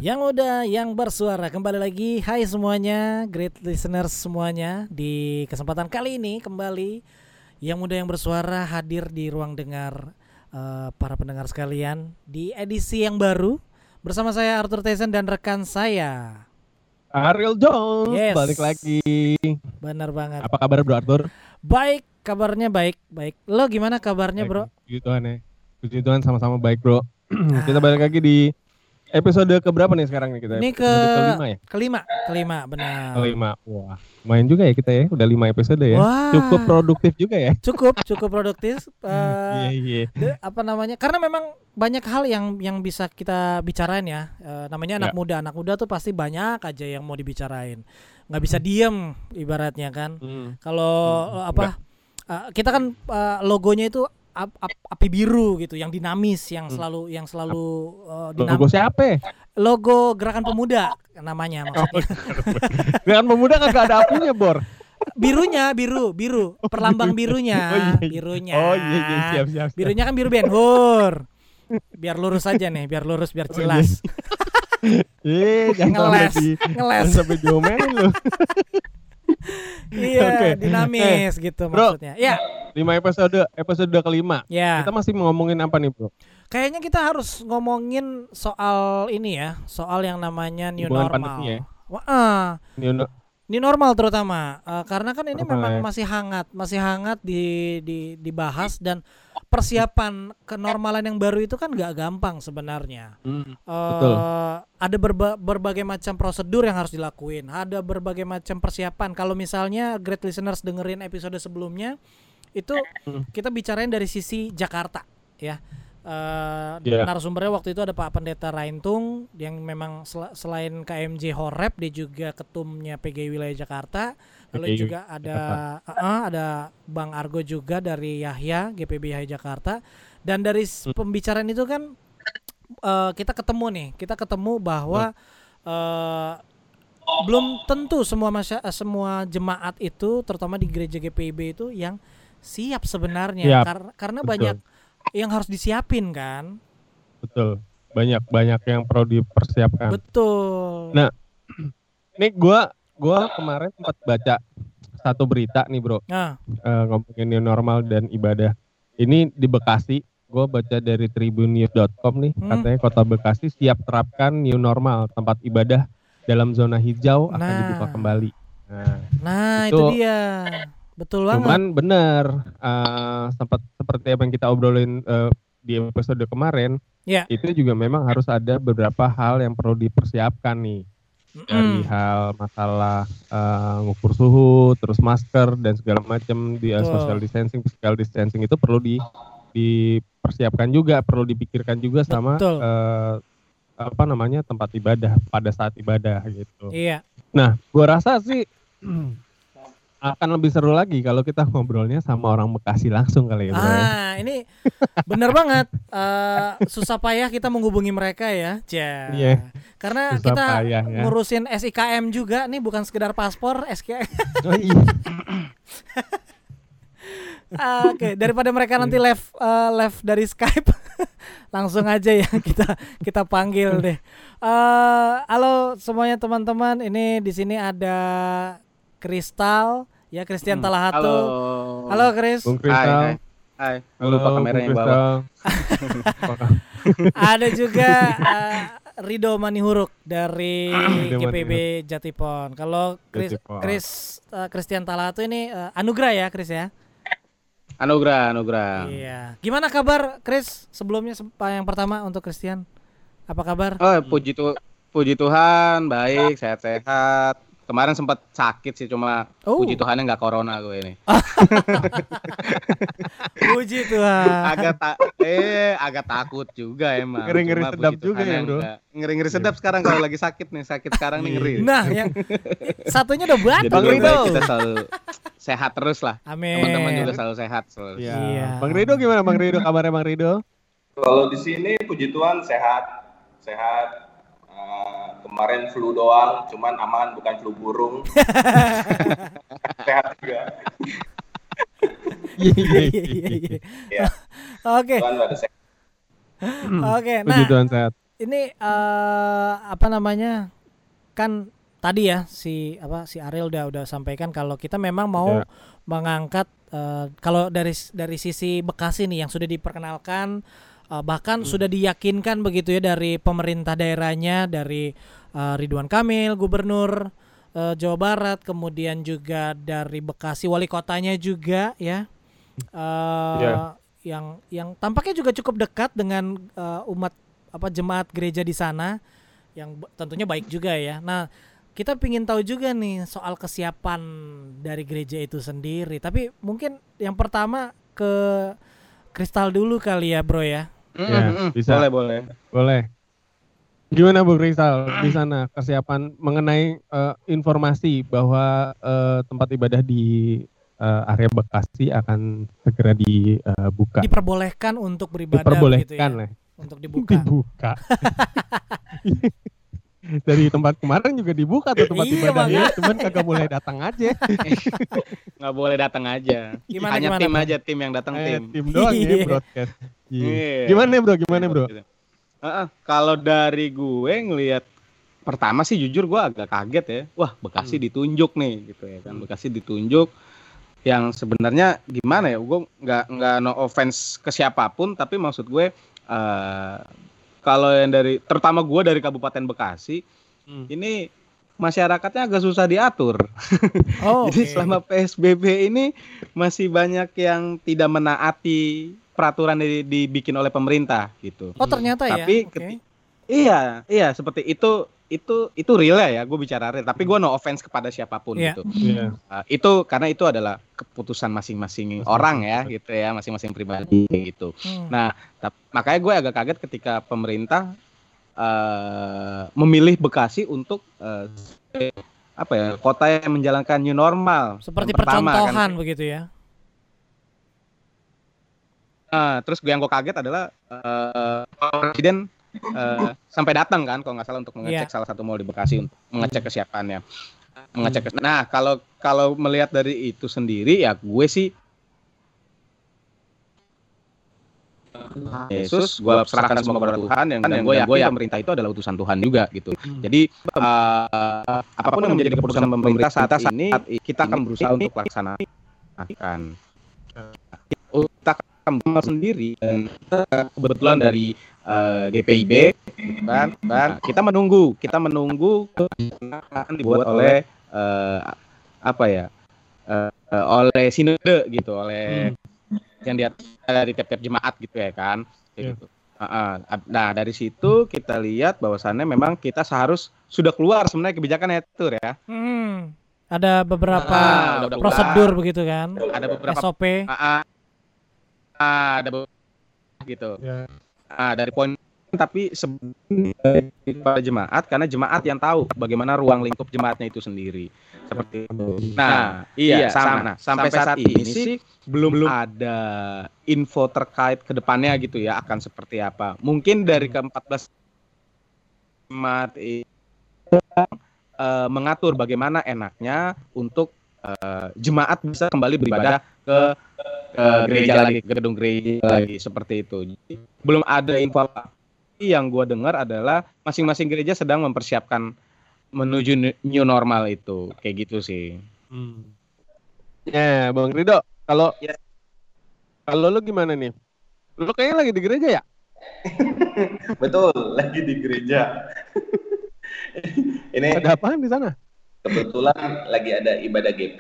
Yang muda, yang bersuara. Kembali lagi, hai semuanya, great listeners semuanya. Di kesempatan kali ini kembali Yang Muda Yang Bersuara hadir di ruang dengar para pendengar sekalian di edisi yang baru. Bersama saya Arthur Tyson dan rekan saya Ariel Jones, Yes. balik lagi. Benar banget. Apa kabar Bro Arthur? Baik, kabarnya baik. Lo gimana kabarnya bro? Puji Tuhan ya. Puji Tuhan sama-sama baik bro. Kita balik lagi di episode keberapa nih sekarang nih kita? Ini kelima ya? Kelima, benar. Kelima. Wah, lumayan juga ya kita ya. Udah 5 episode ya. Wah. Cukup produktif juga ya. Cukup produktif. Iya. Karena memang banyak hal yang bisa kita bicarain ya. Namanya anak muda. Anak muda tuh pasti banyak aja yang mau dibicarain. Nggak bisa diem ibaratnya kan. Kalau kita kan logonya itu api biru gitu, yang dinamis, yang selalu dinamis. Logo siapa? Logo Gerakan Pemuda namanya maksudnya. Gerakan Pemuda kagak ada apinya, Bor. Birunya, biru, perlambang birunya, birunya. Oh iya, siap. Birunya kan biru Ben Hur. Biar lurus aja nih, biar jelas. Jangan ngeles sampai diomelin lu. Iya, okay. Dinamis gitu bro, maksudnya. Ya. 5 episode kelima. Ya. Kita masih ngomongin apa nih, Bro? Kayaknya kita harus ngomongin soal ini ya, soal yang namanya new hubungan normal. Ya? New normal terutama, karena kan ini memang masih hangat dibahas, dan persiapan kenormalan yang baru itu kan nggak gampang sebenarnya. Betul. Ada berbagai macam prosedur yang harus dilakuin, ada berbagai macam persiapan. Kalau misalnya great listeners dengerin episode sebelumnya, itu kita bicarain dari sisi Jakarta ya. Narasumbernya waktu itu ada Pak Pendeta Raintung yang memang selain KMJ Horeb, dia juga ketumnya PGI Wilayah Jakarta. Lalu juga ada Bang Argo juga dari Yahya, GPB Yahya Jakarta. Dan dari pembicaraan itu kan kita ketemu bahwa belum tentu semua jemaat itu, terutama di gereja GPIB itu yang siap sebenarnya. Karena banyak yang harus disiapin kan. Betul. Banyak yang perlu dipersiapkan. Betul. Nah, ini gua kemarin sempat baca satu berita nih, Bro. Ngomongin new normal dan ibadah. Ini di Bekasi, gua baca dari tribunnews.com nih, katanya Kota Bekasi siap terapkan new normal, tempat ibadah dalam zona hijau akan dibuka kembali. Nah, itu dia. Betul banget. Cuman benar, sempat seperti apa yang kita obrolin di episode kemarin, itu juga memang harus ada beberapa hal yang perlu dipersiapkan nih. Dari hal masalah ngukur suhu, terus masker dan segala macam, social distancing, physical distancing itu perlu dipersiapkan juga, perlu dipikirkan juga sama tempat ibadah pada saat ibadah gitu. Iya. Nah, gua rasa sih akan lebih seru lagi kalau kita ngobrolnya sama orang Bekasi langsung kali ya, Bro. Ini benar banget. Susah payah kita menghubungi mereka ya. Karena susah kita ngurusin SIKM juga nih, bukan sekedar paspor, SKM. Oh iya. Oke, daripada mereka nanti live dari Skype, langsung aja ya kita panggil deh. Halo semuanya teman-teman, ini di sini ada Kristal, ya, Christian Talahatu. Halo Chris. Bung Kristal. Hai. Lupa kamera yang bawa. Ada juga Rido Manihuruk dari GPB Jatipon. Kalau Christian Talahatu ini Anugrah ya, Chris ya? Anugrah. Iya. Gimana kabar Chris? Sebelumnya yang pertama untuk Christian. Apa kabar? Oh, puji Tuhan, baik, sehat-sehat. Kemarin sempat sakit sih, cuma puji Tuhannya nggak corona gue ini. Puji Tuhan. Agak takut juga emang. Ngeri-ngeri sedap juga ya, Bro. Ngeri-ngeri sedap sekarang kalau lagi sakit sekarang nih ngeri. Nah, yang satunya udah batuk. Bang Rido, kita selalu sehat terus lah. Amin. Teman-teman juga selalu sehat. Iya. Bang Rido gimana, Bang Rido? Kabarnya Bang Rido? Kalau di sini puji Tuhan sehat. Kemarin flu doang, cuman aman, bukan flu burung. Sehat juga. Iya. Oke. Puji Tuhan sehat. ini apa namanya? Kan tadi ya si Ariel udah sampaikan kalau kita memang mau mengangkat kalau dari sisi Bekasi nih yang sudah diperkenalkan bahkan sudah diyakinkan begitu ya dari pemerintah daerahnya, dari Ridwan Kamil gubernur Jawa Barat, kemudian juga dari Bekasi wali kotanya juga ya. Yang tampaknya juga cukup dekat dengan umat jemaat gereja di sana yang tentunya baik juga ya. Nah, kita pingin tahu juga nih soal kesiapan dari gereja itu sendiri. Tapi mungkin yang pertama ke Kristal dulu kali ya, Bro ya. Bisa. Boleh. Gimana Bu Kristal di sana kesiapan mengenai informasi bahwa tempat ibadah di area Bekasi akan segera dibuka. Diperbolehkan untuk beribadah gitu ya. Untuk dibuka. Dari tempat kemarin juga dibuka tuh tempat ibadahnya, cuman kagak boleh datang aja. Nggak boleh datang aja. Hanya tim aja, tim yang datang tim. Tim doang ya broadcast. Gimana bro? Kalau dari gue ngelihat pertama sih jujur gue agak kaget ya. Wah, Bekasi ditunjuk nih gitu ya kan. Bekasi ditunjuk yang sebenarnya gimana ya? Gue nggak no offense ke siapapun, tapi maksud gue kalau yang terutama gue dari Kabupaten Bekasi, ini masyarakatnya agak susah diatur. Jadi selama PSBB ini masih banyak yang tidak menaati peraturan yang dibikin oleh pemerintah gitu. Oh ternyata tapi, ya. Iya seperti itu real ya. Gue bicara real. Tapi gue no offense kepada siapapun gitu. Itu karena itu adalah keputusan masing-masing orang ya gitu ya, masing-masing pribadi gitu. Nah, makanya gue agak kaget ketika pemerintah memilih Bekasi untuk kota yang menjalankan new normal. Seperti percontohan kan, begitu ya. Terus yang gue kaget adalah Presiden sampai datang kan kalau nggak salah untuk mengecek salah satu mall di Bekasi untuk mengecek kesiapannya. Nah, kalau melihat dari itu sendiri ya gue sih Yesus gue serahkan semua kepada Tuhan yang gue yakin pemerintah itu adalah utusan Tuhan juga gitu. Jadi apapun yang menjadi keputusan pemerintah saat ini kita akan berusaha untuk laksanakan. Kita akan sendiri dan kebetulan dari GPIB kan kita menunggu akan dibuat oleh oleh sinode gitu, oleh yang dari tiap-tiap jemaat gitu ya kan gitu. Nah dari situ kita lihat bahwasannya memang kita sudah keluar sebenarnya kebijakan itu ya. Ada beberapa prosedur begitu kan, ada beberapa SOP. Ada gitu. Dari poin tapi para jemaat karena jemaat yang tahu bagaimana ruang lingkup jemaatnya itu sendiri seperti itu. Nah, sama. Sampai saat ini sih belum ada info terkait ke depannya gitu ya akan seperti apa. Mungkin dari ke-14 jemaat mengatur bagaimana enaknya untuk jemaat bisa kembali beribadah ke gereja lagi, ke gedung gereja lagi seperti itu. Jadi, belum ada info. Yang gue dengar adalah masing-masing gereja sedang mempersiapkan menuju new normal itu, kayak gitu sih. Ya, Bang Rido, kalau lu gimana nih? Lu kayaknya lagi di gereja ya? Betul, lagi di gereja. Ini ada apaan di sana? Kebetulan lagi ada ibadah GP.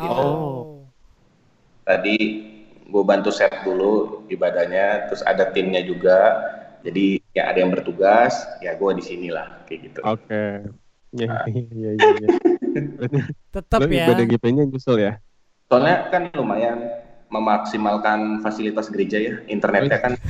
Tadi gue bantu set dulu ibadahnya, terus ada timnya juga. Jadi ya ada yang bertugas, ya gue di sinilah kayak gitu. Oke. Iya. Tetap ya. Ibadah GP-nya nyusul ya. Soalnya kan lumayan memaksimalkan fasilitas gereja ya, internetnya kan.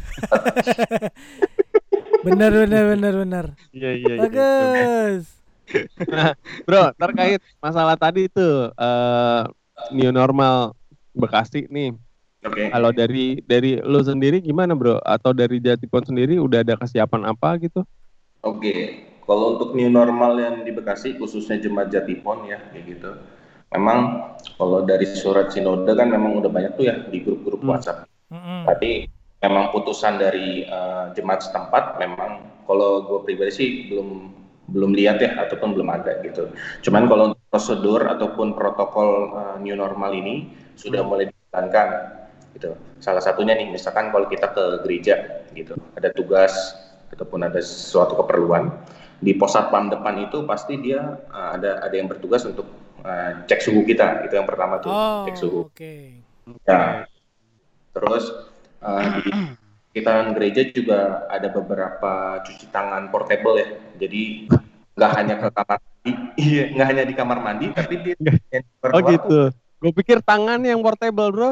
Benar. Iya. Bagus. Nah, bro, terkait masalah tadi itu new normal Bekasi nih. Oke. Kalau dari lu sendiri gimana bro? Atau dari Jatipon sendiri udah ada kesiapan apa gitu? Oke. Kalau untuk new normal yang di Bekasi khususnya jemaat Jatipon ya kayak gitu. Memang kalau dari surat sinode kan memang udah banyak tuh ya di grup-grup WhatsApp. Tapi memang putusan dari jemaat setempat memang kalau gue pribadi sih belum lihat ya, ataupun belum ada gitu. Cuman kalau untuk prosedur ataupun protokol new normal ini sudah mulai dijalankan gitu. Salah satunya nih, misalkan kalau kita ke gereja gitu, ada tugas ataupun ada sesuatu keperluan, di pos satpam depan itu pasti dia ada yang bertugas untuk cek suhu kita. Itu yang pertama tuh, cek suhu. Okay. Ya. Terus di sekitaran gereja juga ada beberapa cuci tangan portable ya. Jadi nggak hanya ke kamar mandi, nggak hanya di kamar mandi, tapi di oh gitu. Gue pikir tangan yang portable, bro.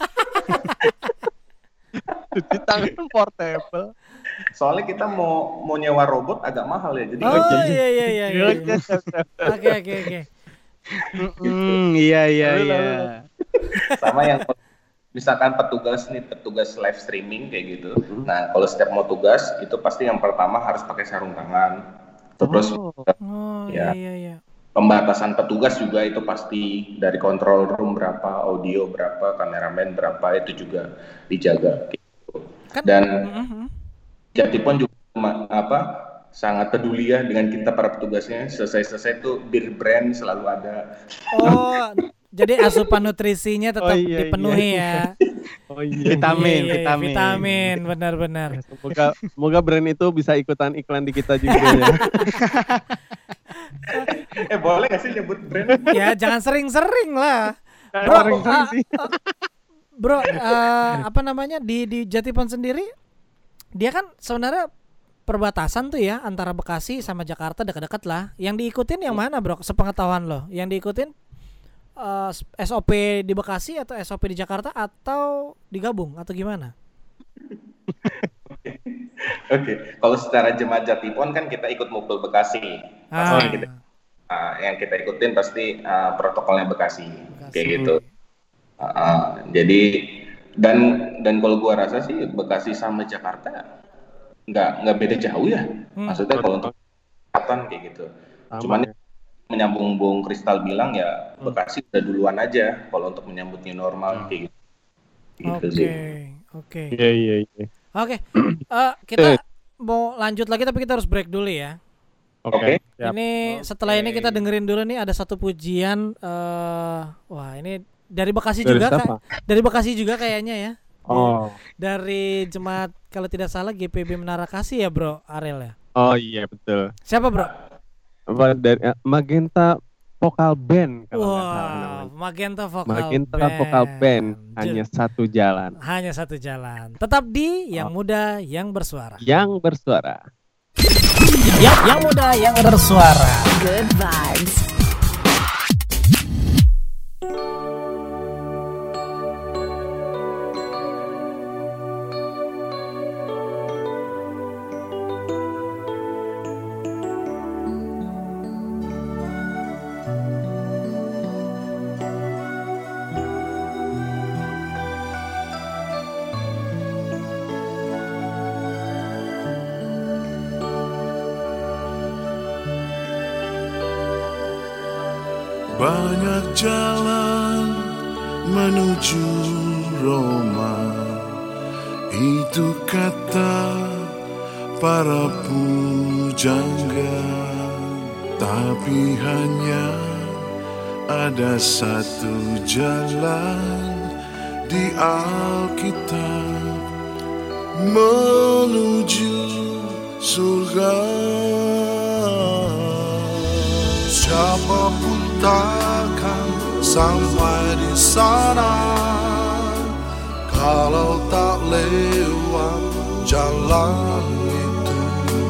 Cuci tangan portable. Soalnya kita mau nyewa robot agak mahal ya. Jadi iya. Oke. Iya. Sama yang misalkan petugas live streaming kayak gitu. Nah, kalau setiap mau tugas itu pasti yang pertama harus pakai sarung tangan. Terus iya. Pembatasan petugas juga itu pasti dari control room berapa, audio berapa, kameramen berapa, itu juga dijaga gitu. Dan Jatipon juga sangat peduli ya dengan kita para petugasnya. Selesai tuh bir brand selalu ada. Oh, jadi asupan nutrisinya tetap dipenuhi ya. Oh iya. Vitamin, benar. Semoga brand itu bisa ikutan iklan di kita juga ya. Boleh nggak sih nyebut brand? Ya jangan sering-sering lah. Bro, apa namanya di Jatipon sendiri, dia kan sebenarnya perbatasan tuh ya antara Bekasi sama Jakarta, dekat-dekat lah. Yang diikutin yang mana, bro? Sepengetahuan lo, yang diikutin SOP di Bekasi atau SOP di Jakarta atau digabung atau gimana? Oke. Kalau secara jemaat Jatipon kan kita ikut Mukul Bekasi. Yang kita ikutin pasti protokolnya Bekasi. Kayak gitu. Jadi dan kalau gua rasa sih Bekasi sama Jakarta nggak beda jauh ya. Maksudnya kalau untuk kesehatan kayak gitu. Cuman menyambung Bung Kristal bilang ya Bekasi udah duluan aja kalau untuk menyambut new normal kayak gitu. Oke. Iya. Oke. Kita mau lanjut lagi tapi kita harus break dulu ya. Oke. Ini setelah ini kita dengerin dulu nih ada satu pujian wah ini dari Bekasi dari Bekasi juga kayaknya ya. Dari jemaat kalau tidak salah GPB Menara Kasih ya, Bro Ariel ya. Oh iya betul. Siapa, Bro? Dari Magenta Vokal Band kalau nggak salah. Magenta Vokal Band. Hanya satu jalan. Tetap di Yang Muda Yang Bersuara. Yang Muda Yang Bersuara. Good vibes. Banyak jalan menuju Roma, itu kata para pujangga. Tapi hanya ada satu jalan di Alkitab menuju surga. Siapapun takkan sampai di sana kalau tak lewat jalan itu.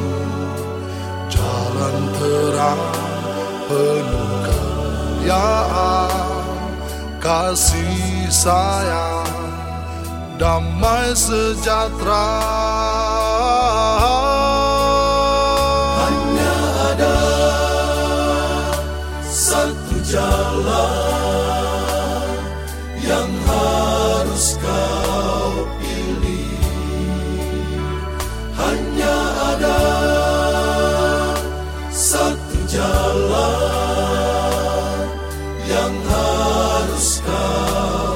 Jalan terang penuh kemuliaan, kasih sayang, damai sejahtera. Hanya ada satu jalan yang harus kau pilih. Hanya ada satu jalan yang harus kau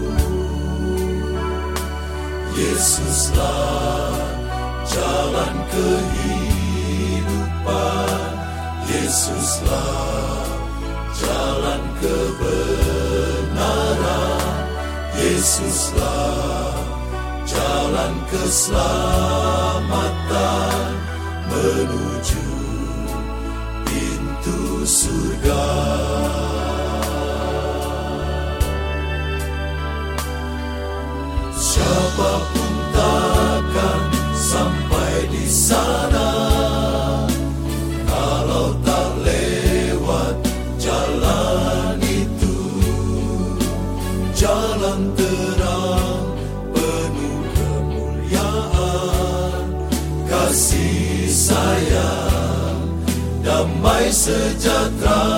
tempuh. Yesuslah jalan kehidupan, Yesuslah jalan kebenaran, Yesuslah jalan keselamatan, menuju pintu surga. Siapapun takkan sampai di sana kalau tak lewat jalan itu, jalan terang penuh kemuliaan, kasih sayang, damai sejahtera.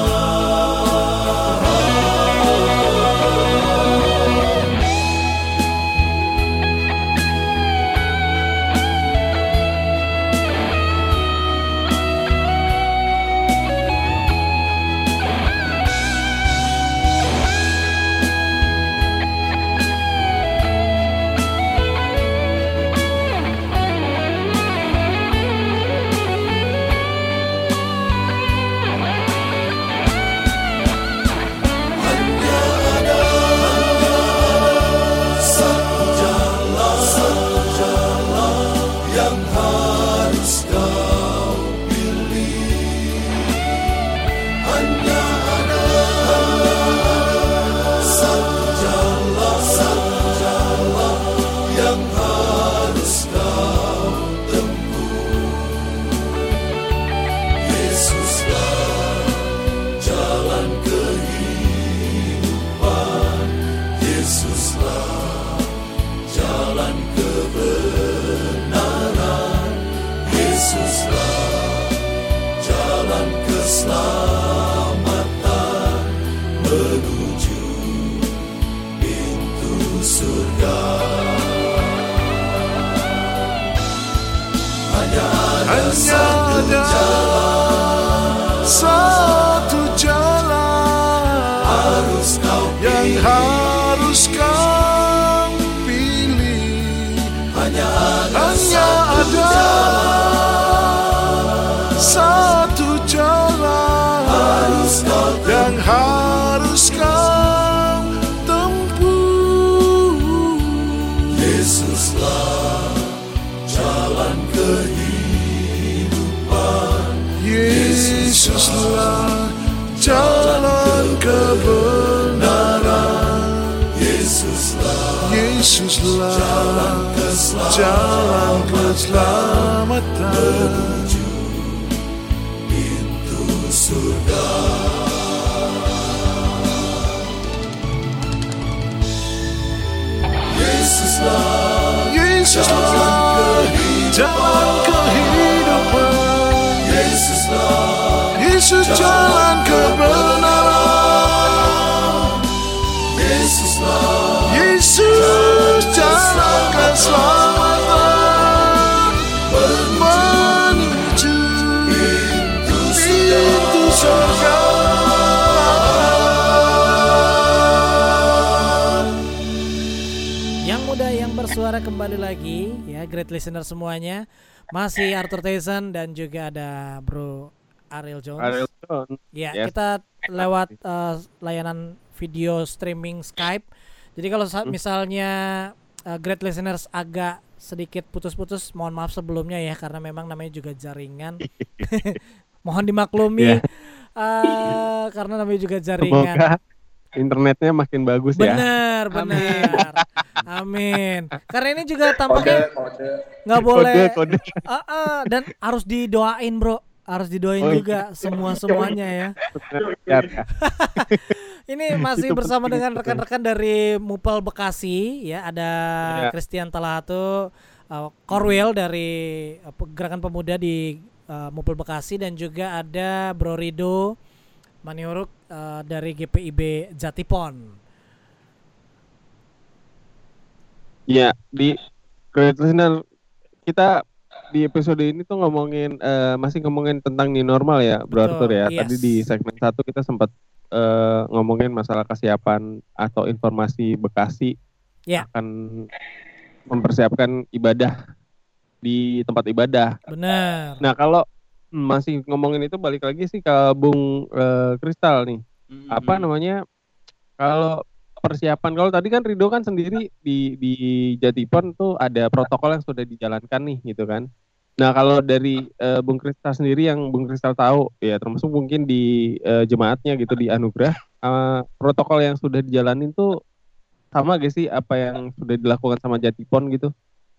Satu jalan yang harus kau pilih. Hanya ada satu jalan yang harus kau tempuh. Yesuslah jalan kehidupan, Yesuslah jalan kebenaran, Yesuslah jalan keselamatan, menuju pintu surga. Yesuslah jalan kehidupan, Yesus jalan kebenaran, Yesus jalan keselamatan, menuju pintu surga. Yang muda yang bersuara kembali lagi ya, great listener semuanya. Masih Arthur Tyson dan juga ada Bro Ariel Jones. Ya, yes. Kita lewat layanan video streaming Skype. Jadi kalau misalnya great listeners agak sedikit putus-putus, mohon maaf sebelumnya ya, karena memang namanya juga jaringan. Mohon dimaklumi karena namanya juga jaringan. Semoga internetnya makin bagus ya. Benar. Amin. Karena ini juga tampaknya nggak boleh. Kode. Dan harus didoain, Bro. Harus didoain juga semuanya ya. Ini masih bersama dengan rekan-rekan dari Mupel Bekasi ya. Ada Christian Talahatu, Korwil dari Gerakan Pemuda di Mupel Bekasi, dan juga ada Bro Rido Maniuruk dari GPIB Jatipon. Ya, di Great Listener kita di episode ini tuh masih ngomongin tentang new normal ya, Bro Arthur ya. Yes. Tadi di segmen 1 kita sempat ngomongin masalah kesiapan atau informasi Bekasi akan mempersiapkan ibadah di tempat ibadah. Benar. Nah kalau masih ngomongin itu balik lagi sih ke Bung Kristal nih. Apa namanya? Kalau persiapan, kalau tadi kan Rido kan sendiri di Jatipon tuh ada protokol yang sudah dijalankan nih gitu kan. Nah kalau dari Bung Kristal sendiri yang Bung Kristal tahu ya, termasuk mungkin di jemaatnya gitu di Anugerah, protokol yang sudah dijalanin tuh sama gak sih apa yang sudah dilakukan sama Jatipon gitu?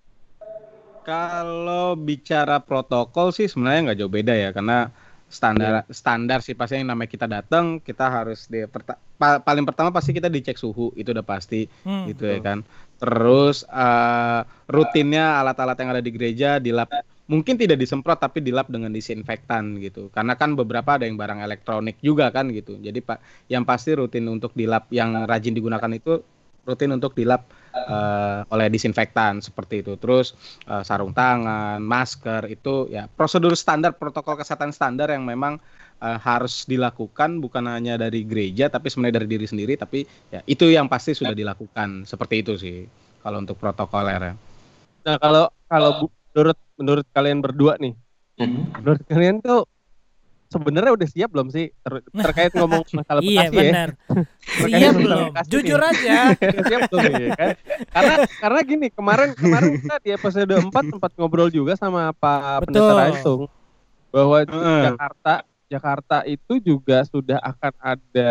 Kalau bicara protokol sih sebenarnya nggak jauh beda ya, karena standar sih pasti yang namanya kita datang kita harus paling pertama pasti kita dicek suhu, itu udah pasti gitu ya kan. Terus rutinnya alat-alat yang ada di gereja dilap, mungkin tidak disemprot tapi dilap dengan disinfektan gitu, karena kan beberapa ada yang barang elektronik juga kan gitu. Jadi yang pasti rutin untuk dilap, yang rajin digunakan itu rutin untuk dilap oleh disinfektan seperti itu. Terus sarung tangan, masker, itu ya prosedur standar, protokol kesehatan standar yang memang harus dilakukan bukan hanya dari gereja tapi sebenarnya dari diri sendiri, tapi ya itu yang pasti sudah dilakukan seperti itu sih kalau untuk protokoler. Nah kalau menurut kalian berdua nih, menurut kalian tuh sebenarnya udah siap belum sih terkait ngomong masalah Bekasi? Iya benar. Siap belum? Jujur aja. Siap belum ya kan? Karena gini, kemarin kita di episode 4 sempat ngobrol juga sama Pak Pendeta Raisung bahwa Jakarta itu juga sudah akan ada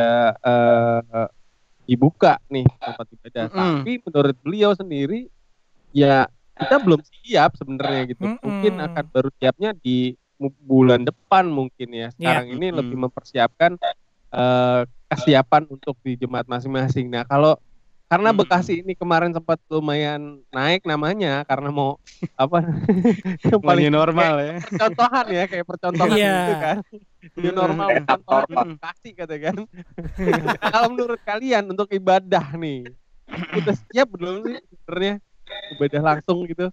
dibuka nih tempat ibadah. Tapi menurut beliau sendiri ya kita belum siap sebenarnya gitu. Mungkin akan baru siapnya di bulan depan mungkin ya. Sekarang ini lebih mempersiapkan kesiapan untuk di jemaat masing-masing. Nah karena Bekasi ini kemarin sempat lumayan naik namanya karena mau apa yang paling normal ya. Percontohan ya, kayak percontohan gitu kan. New normal Bekasi kata kan. Kalau menurut kalian untuk ibadah nih udah siap belum sih sebenarnya ibadah langsung gitu?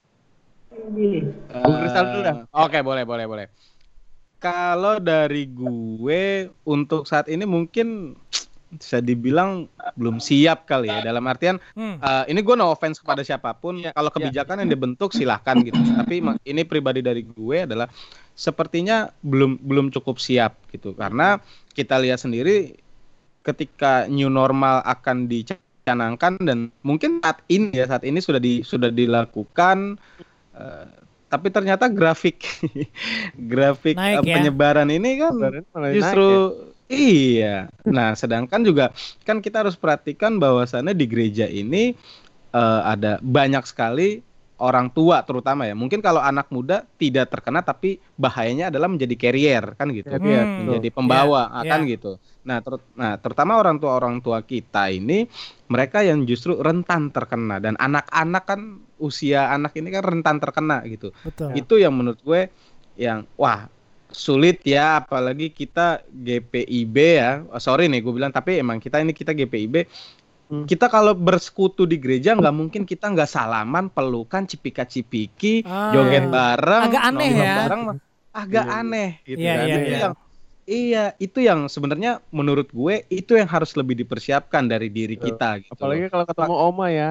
Bung Kristal dulu dah. Oke, boleh. Kalau dari gue untuk saat ini mungkin bisa dibilang belum siap kali ya, dalam artian ini gue no offense kepada siapapun. Kalau kebijakan yang dibentuk silahkan gitu. Tapi ini pribadi dari gue adalah sepertinya belum cukup siap gitu, karena kita lihat sendiri ketika new normal akan dicanangkan dan mungkin saat ini sudah dilakukan. Tapi ternyata grafik naik, penyebaran ini kan justru iya. Nah, sedangkan juga kan kita harus perhatikan bahwasannya di gereja ini ada banyak sekali orang tua terutama ya. Mungkin kalau anak muda tidak terkena, tapi bahayanya adalah menjadi carrier kan gitu. Menjadi pembawa kan gitu. Nah, terutama orang tua kita ini, mereka yang justru rentan terkena, dan anak-anak kan usia anak ini kan rentan terkena gitu. Betul. Itu yang menurut gue yang sulit ya, apalagi kita GPIB ya. Sorry nih gue bilang, tapi emang kita GPIB. Kita kalau bersekutu di gereja nggak mungkin kita nggak salaman, pelukan, cipika-cipiki, joget bareng, agak aneh ya. Bareng, agak aneh gitu kan. Iya, itu yang sebenarnya menurut gue itu yang harus lebih dipersiapkan dari diri kita gitu. Apalagi kalau ketemu Oma ya.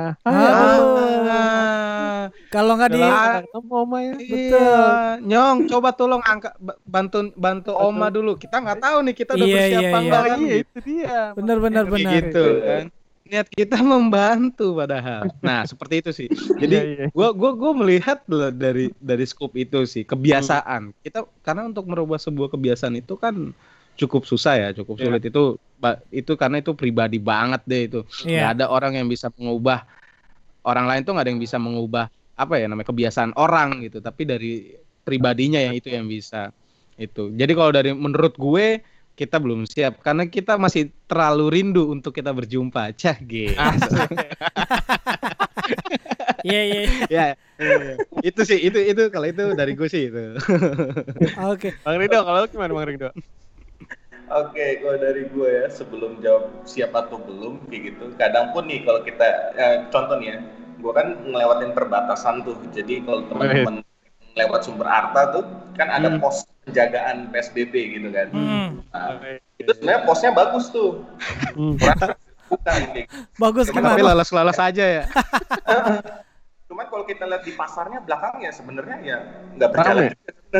Kalau nggak ketemu Oma ya. Betul. Nyong, coba tolong bantu Oma dulu. Kita nggak tahu nih kita udah bersiap apa enggak. Iya, itu dia. Benar. Gitu kan. Niat kita membantu padahal. Nah, seperti itu sih. Jadi gue melihat dari scope itu sih, kebiasaan. Kita karena untuk merubah sebuah kebiasaan itu kan cukup susah ya, cukup sulit. Itu karena itu pribadi banget deh itu. Nggak ada orang yang bisa mengubah orang lain, tuh nggak ada yang bisa mengubah namanya kebiasaan orang gitu, tapi dari pribadinya yang itu yang bisa itu. Jadi kalau menurut gue kita belum siap karena kita masih terlalu rindu untuk kita berjumpa. Gitu. Iya. Itu sih, itu kalau itu dari gue sih itu. Oke. Bang Rido, kalau gimana Bang Rido? Oke, kalau dari gue ya, sebelum jawab siap atau belum kayak gitu, kadang pun nih kalau kita contoh nih ya, gue kan ngelewatin perbatasan tuh. Jadi kalau teman-teman lewat Sumber Arta tuh kan ada pos penjagaan PSBB gitu kan. Nah, itu sebenarnya posnya bagus tuh. Bagus gimana? Tapi lolos aja ya. Cuman kalau kita lihat di pasarnya belakangnya sebenarnya ya nggak berjalan.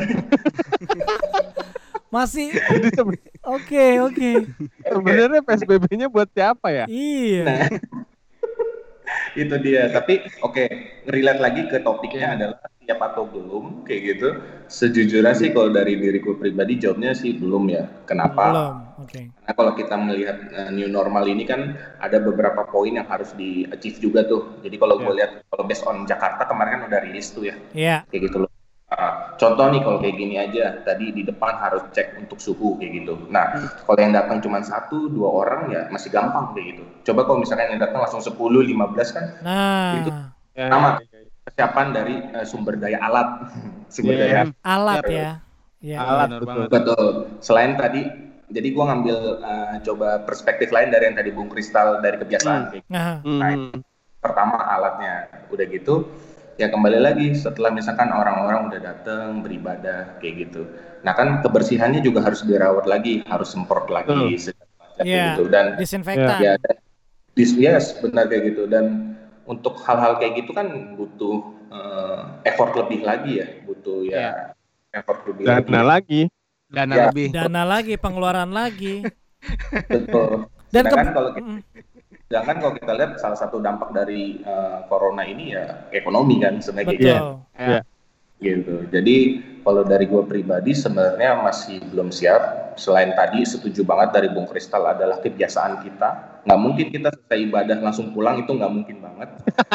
Masih oke. Sebenarnya PSBB-nya buat siapa ya? Iya. Nah, itu dia. Tapi relate lagi ke topiknya adalah siap atau belum kayak gitu. Sejujurnya sih kalau dari diriku pribadi jawabnya sih belum ya. Kenapa? Belum. Oke. Karena kalau kita melihat new normal ini kan ada beberapa poin yang harus di-achieve juga tuh. Jadi kalau gue lihat kalau based on Jakarta kemarin kan udah rilis tuh ya. Iya. Kayak gitu loh. Contoh nih kalau kayak gini aja, tadi di depan harus cek untuk suhu kayak gitu. Nah, kalau yang datang cuma 1-2 orang ya masih gampang kayak gitu. Coba kalau misalkan yang datang langsung 10-15 kan, itu sama persiapan dari sumber daya alat, alat ya. Alat betul. Selain tadi, jadi gua ngambil coba perspektif lain dari yang tadi Bung Kristal dari kebiasaan kayak gitu. Nah, pertama alatnya, udah gitu. Ya kembali lagi setelah misalkan orang-orang udah datang beribadah kayak gitu. Nah kan kebersihannya juga harus dirawat lagi, harus semprot lagi gitu dan disinfektan. Ya, benar kayak gitu. Dan untuk hal-hal kayak gitu kan butuh effort lebih lagi ya, butuh effort lebih dana lagi, pengeluaran lagi. Betul. Dan Jangan kalau kita lihat salah satu dampak dari corona ini ya ekonomi kan sebenarnya. Gitu. Jadi kalau dari gue pribadi sebenarnya masih belum siap. Selain tadi setuju banget dari Bung Kristal adalah kebiasaan kita. Nggak mungkin kita selesai ibadah langsung pulang, itu nggak mungkin banget.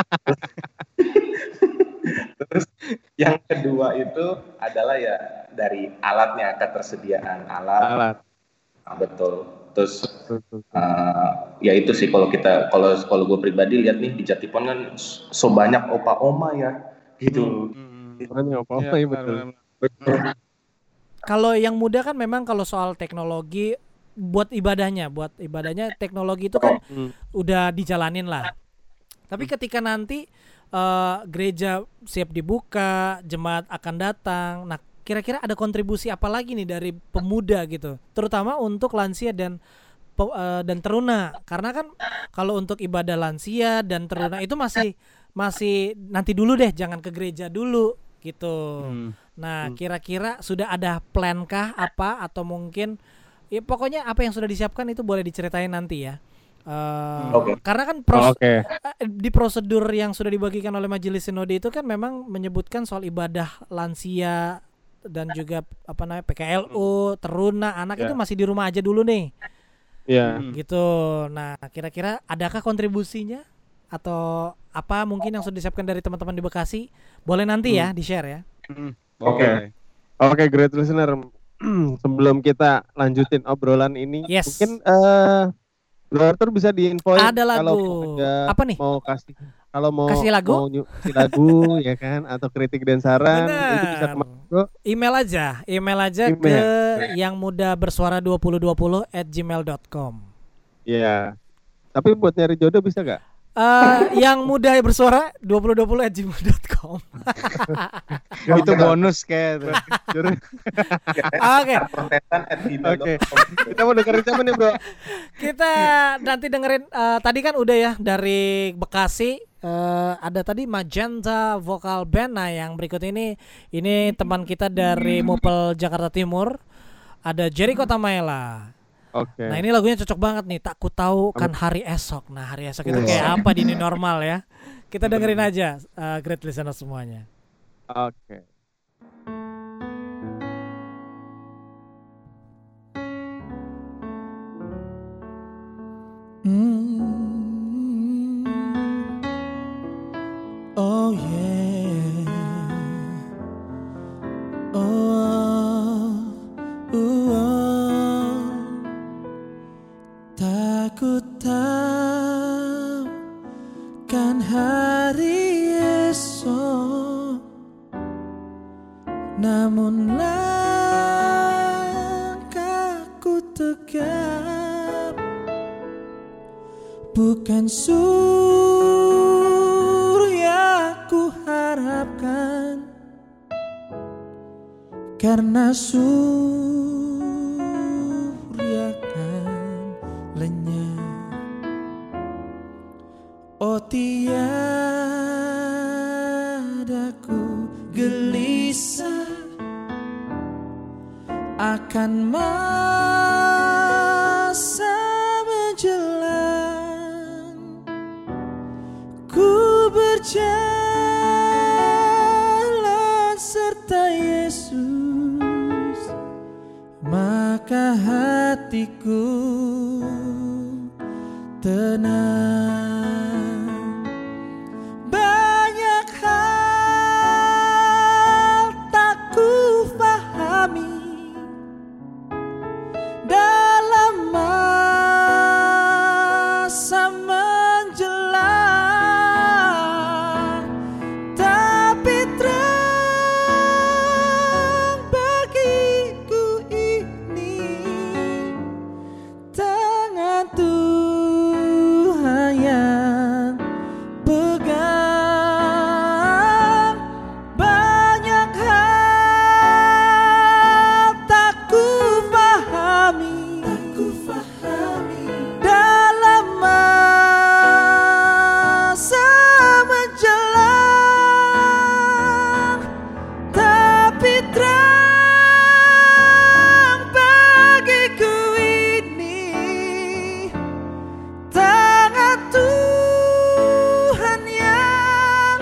Terus yang kedua itu adalah ya dari alatnya, ketersediaan alat. Nah, betul. Terus ya itu sih kalau gue pribadi lihat nih di Jatipon kan so banyak opa oma ya gitu. Banyak opa oma ya, betul. Kalau yang muda kan memang kalau soal teknologi buat ibadahnya teknologi itu kan udah dijalanin lah. Tapi ketika nanti gereja siap dibuka, jemaat akan datang. Nah, kira-kira ada kontribusi apa lagi nih dari pemuda gitu, terutama untuk lansia dan teruna, karena kan kalau untuk ibadah lansia dan teruna itu masih nanti dulu deh, jangan ke gereja dulu gitu. Nah, kira-kira sudah ada plan kah apa, atau mungkin ya pokoknya apa yang sudah disiapkan itu boleh diceritain nanti ya. Karena kan di prosedur yang sudah dibagikan oleh Majelis Sinode itu kan memang menyebutkan soal ibadah lansia dan juga PKLU, teruna, anak itu masih di rumah aja dulu nih. Gitu. Nah, kira-kira adakah kontribusinya atau apa mungkin yang sudah disiapkan dari teman-teman di Bekasi? Boleh nanti ya di-share ya. Oke, great listener. Sebelum kita lanjutin obrolan ini, mungkin Bro Arthur bisa diinfoin ada lagu. Kalau apa nih? Mau kasih lagu? Mau kasih lagu ya kan, atau kritik dan saran. Bener. Itu bisa kemana, Bro? Email aja ke yangmudabersuara2020@gmail.com. Iya. Tapi buat nyari jodoh bisa gak? Yang muda bersuara 2020@gmail.com. Itu bonus kayak. Oke. Kita mau dengerin siapa nih, Bro? Kita nanti dengerin tadi kan udah ya dari Bekasi, ada tadi Magenta Vocal Band. Nah, yang berikut ini teman kita dari Mupel Jakarta Timur, ada Jericho Tamaela. Nah, ini lagunya cocok banget nih, Tak Ku Tahu Kan Hari Esok. Nah, hari esok itu kayak apa di new normal ya. Kita dengerin aja, great listener semuanya. Oke. Oh yeah. Tak ku tahu kan hari esok, namun langkahku tegap, bukan surya ku harapkan, karena surya kan lenyap. Oh tiada bisa akan masa menjelang, ku berjalan serta Yesus, maka hatiku tenang. Banyak hal tak ku pahami dalam masa menjelang, tapi terang bagiku ini tangan Tuhan yang pegang. Banyak hal tak ku pahami dalam masa menjelang, tapi terang bagiku ini tangan Tuhan yang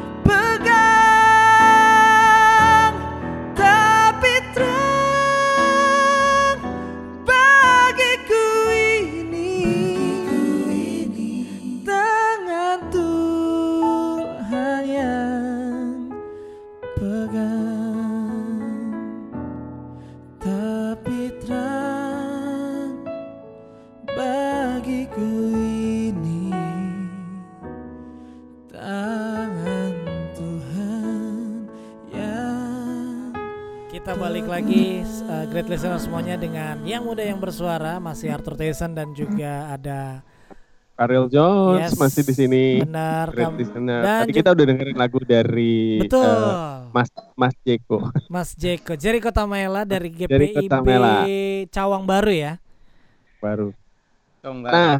pegang, tapi terang bagiku ini tangan Tuhan yang pegang, tapi terang bagiku ini tangan Tuhan yang. Kita balik lagi great listener semuanya dengan yang muda yang bersuara, masih Arthur Tyson dan juga ada Ariel Jones Yes, masih di sini. benar Great Kam- listener. dan Tadi kita udah dengerin lagu dari betul Mas Jeko. Mas Jeko Jericho Tamela dari Jericho GPIB Tamela. Cawang Baru ya. Baru. Oh, enggak. Nah,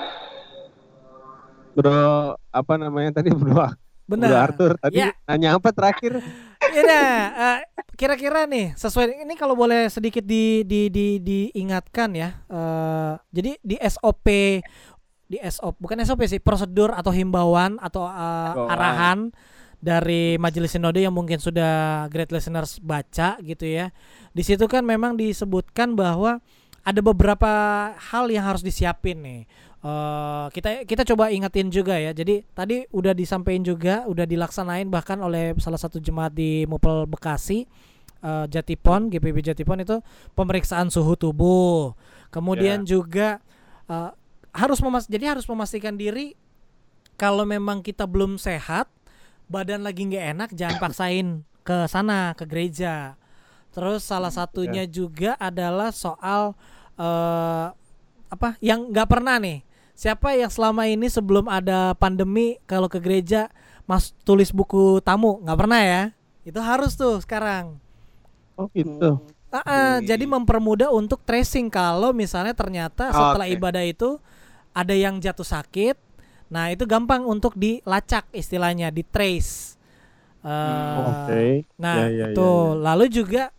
Bro, apa namanya tadi Bro Benar. Arthur tadi Ya. nanya apa terakhir? Iya, kira-kira nih sesuai ini kalau boleh sedikit diingatkan ya. Jadi di SOP bukan SOP sih, prosedur atau himbauan atau arahan dari Majelis Sinode yang mungkin sudah great listeners baca gitu ya. Di situ kan memang disebutkan bahwa ada beberapa hal yang harus disiapin nih. Kita coba ingetin juga ya. Jadi tadi udah disampaikan juga, udah dilaksanain bahkan oleh salah satu jemaat di Mupel Bekasi, Jatipon, GPIB Jatipon itu pemeriksaan suhu tubuh. Kemudian juga harus memastikan diri kalau memang kita belum sehat, badan lagi nggak enak, jangan paksain ke sana, ke gereja. Terus salah satunya juga adalah soal yang nggak pernah nih. Siapa yang selama ini sebelum ada pandemi kalau ke gereja tulis buku tamu, nggak pernah ya? Itu harus tuh sekarang. Oh gitu. Jadi mempermudah untuk tracing kalau misalnya ternyata setelah ibadah itu ada yang jatuh sakit. Nah itu gampang untuk dilacak istilahnya, di trace. Lalu juga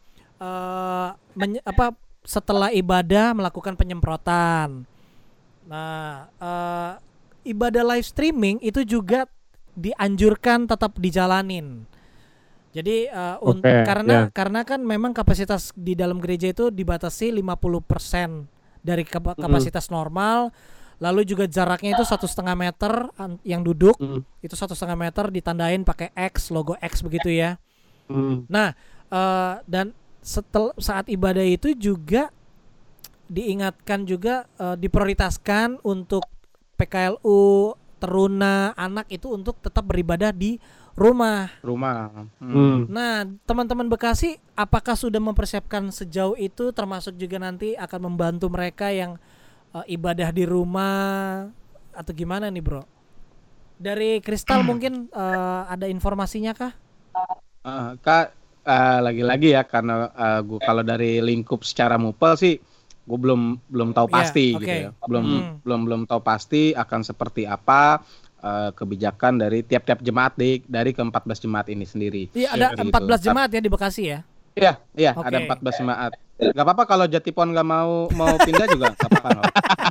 setelah ibadah melakukan penyemprotan. Nah ibadah live streaming itu juga dianjurkan tetap dijalanin. Jadi karena kan memang kapasitas di dalam gereja itu dibatasi 50% dari kapasitas normal. Lalu juga jaraknya itu 1,5 meter yang duduk, itu 1,5 meter ditandain pakai X, logo X begitu ya. Nah, dan saat ibadah itu juga diingatkan juga diprioritaskan untuk PKLU, teruna, anak itu untuk tetap beribadah di rumah. Nah, teman-teman Bekasi, apakah sudah mempersiapkan sejauh itu, termasuk juga nanti akan membantu mereka yang ibadah di rumah atau gimana nih bro? Dari Kristal mungkin ada informasinya kah? Kak, lagi-lagi ya karena gue kalau dari lingkup secara mupel sih gue belum tahu pasti gitu ya. Belum tahu pasti akan seperti apa. kebijakan dari tiap-tiap jemaat dari ke-14 jemaat ini sendiri. Iya, ada 14 jemaat ya di Bekasi ya? Iya, Oke. ada 14 jemaat. Gak apa-apa kalau Jatipon gak mau pindah juga gak apa-apa.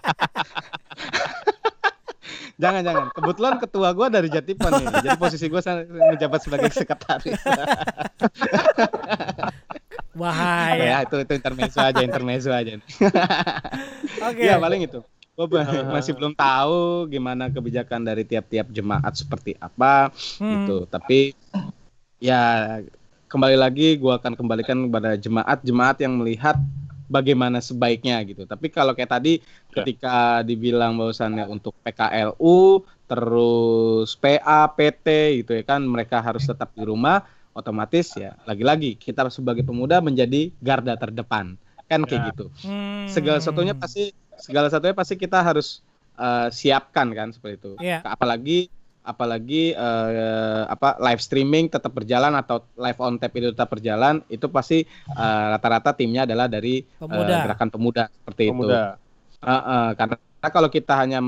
Jangan. Kebetulan ketua gue dari Jatipon nih. Jadi posisi gue menjabat sebagai sekretaris. Bahaya. Ya, itu intermezzo aja. Oke. Iya, paling itu. Gue masih belum tahu gimana kebijakan dari tiap-tiap jemaat seperti apa gitu. Tapi ya kembali lagi gue akan kembalikan kepada jemaat yang melihat bagaimana sebaiknya gitu. Tapi kalau kayak tadi ketika dibilang bahwasannya untuk PKLU terus PA, PT gitu ya kan, mereka harus tetap di rumah, otomatis ya lagi-lagi kita sebagai pemuda menjadi garda terdepan kan kayak gitu. Segala satunya pasti kita harus siapkan kan seperti itu. Apalagi live streaming tetap berjalan atau live on tap itu tetap berjalan, itu pasti rata-rata timnya adalah dari gerakan pemuda seperti itu. Karena kalau kita hanya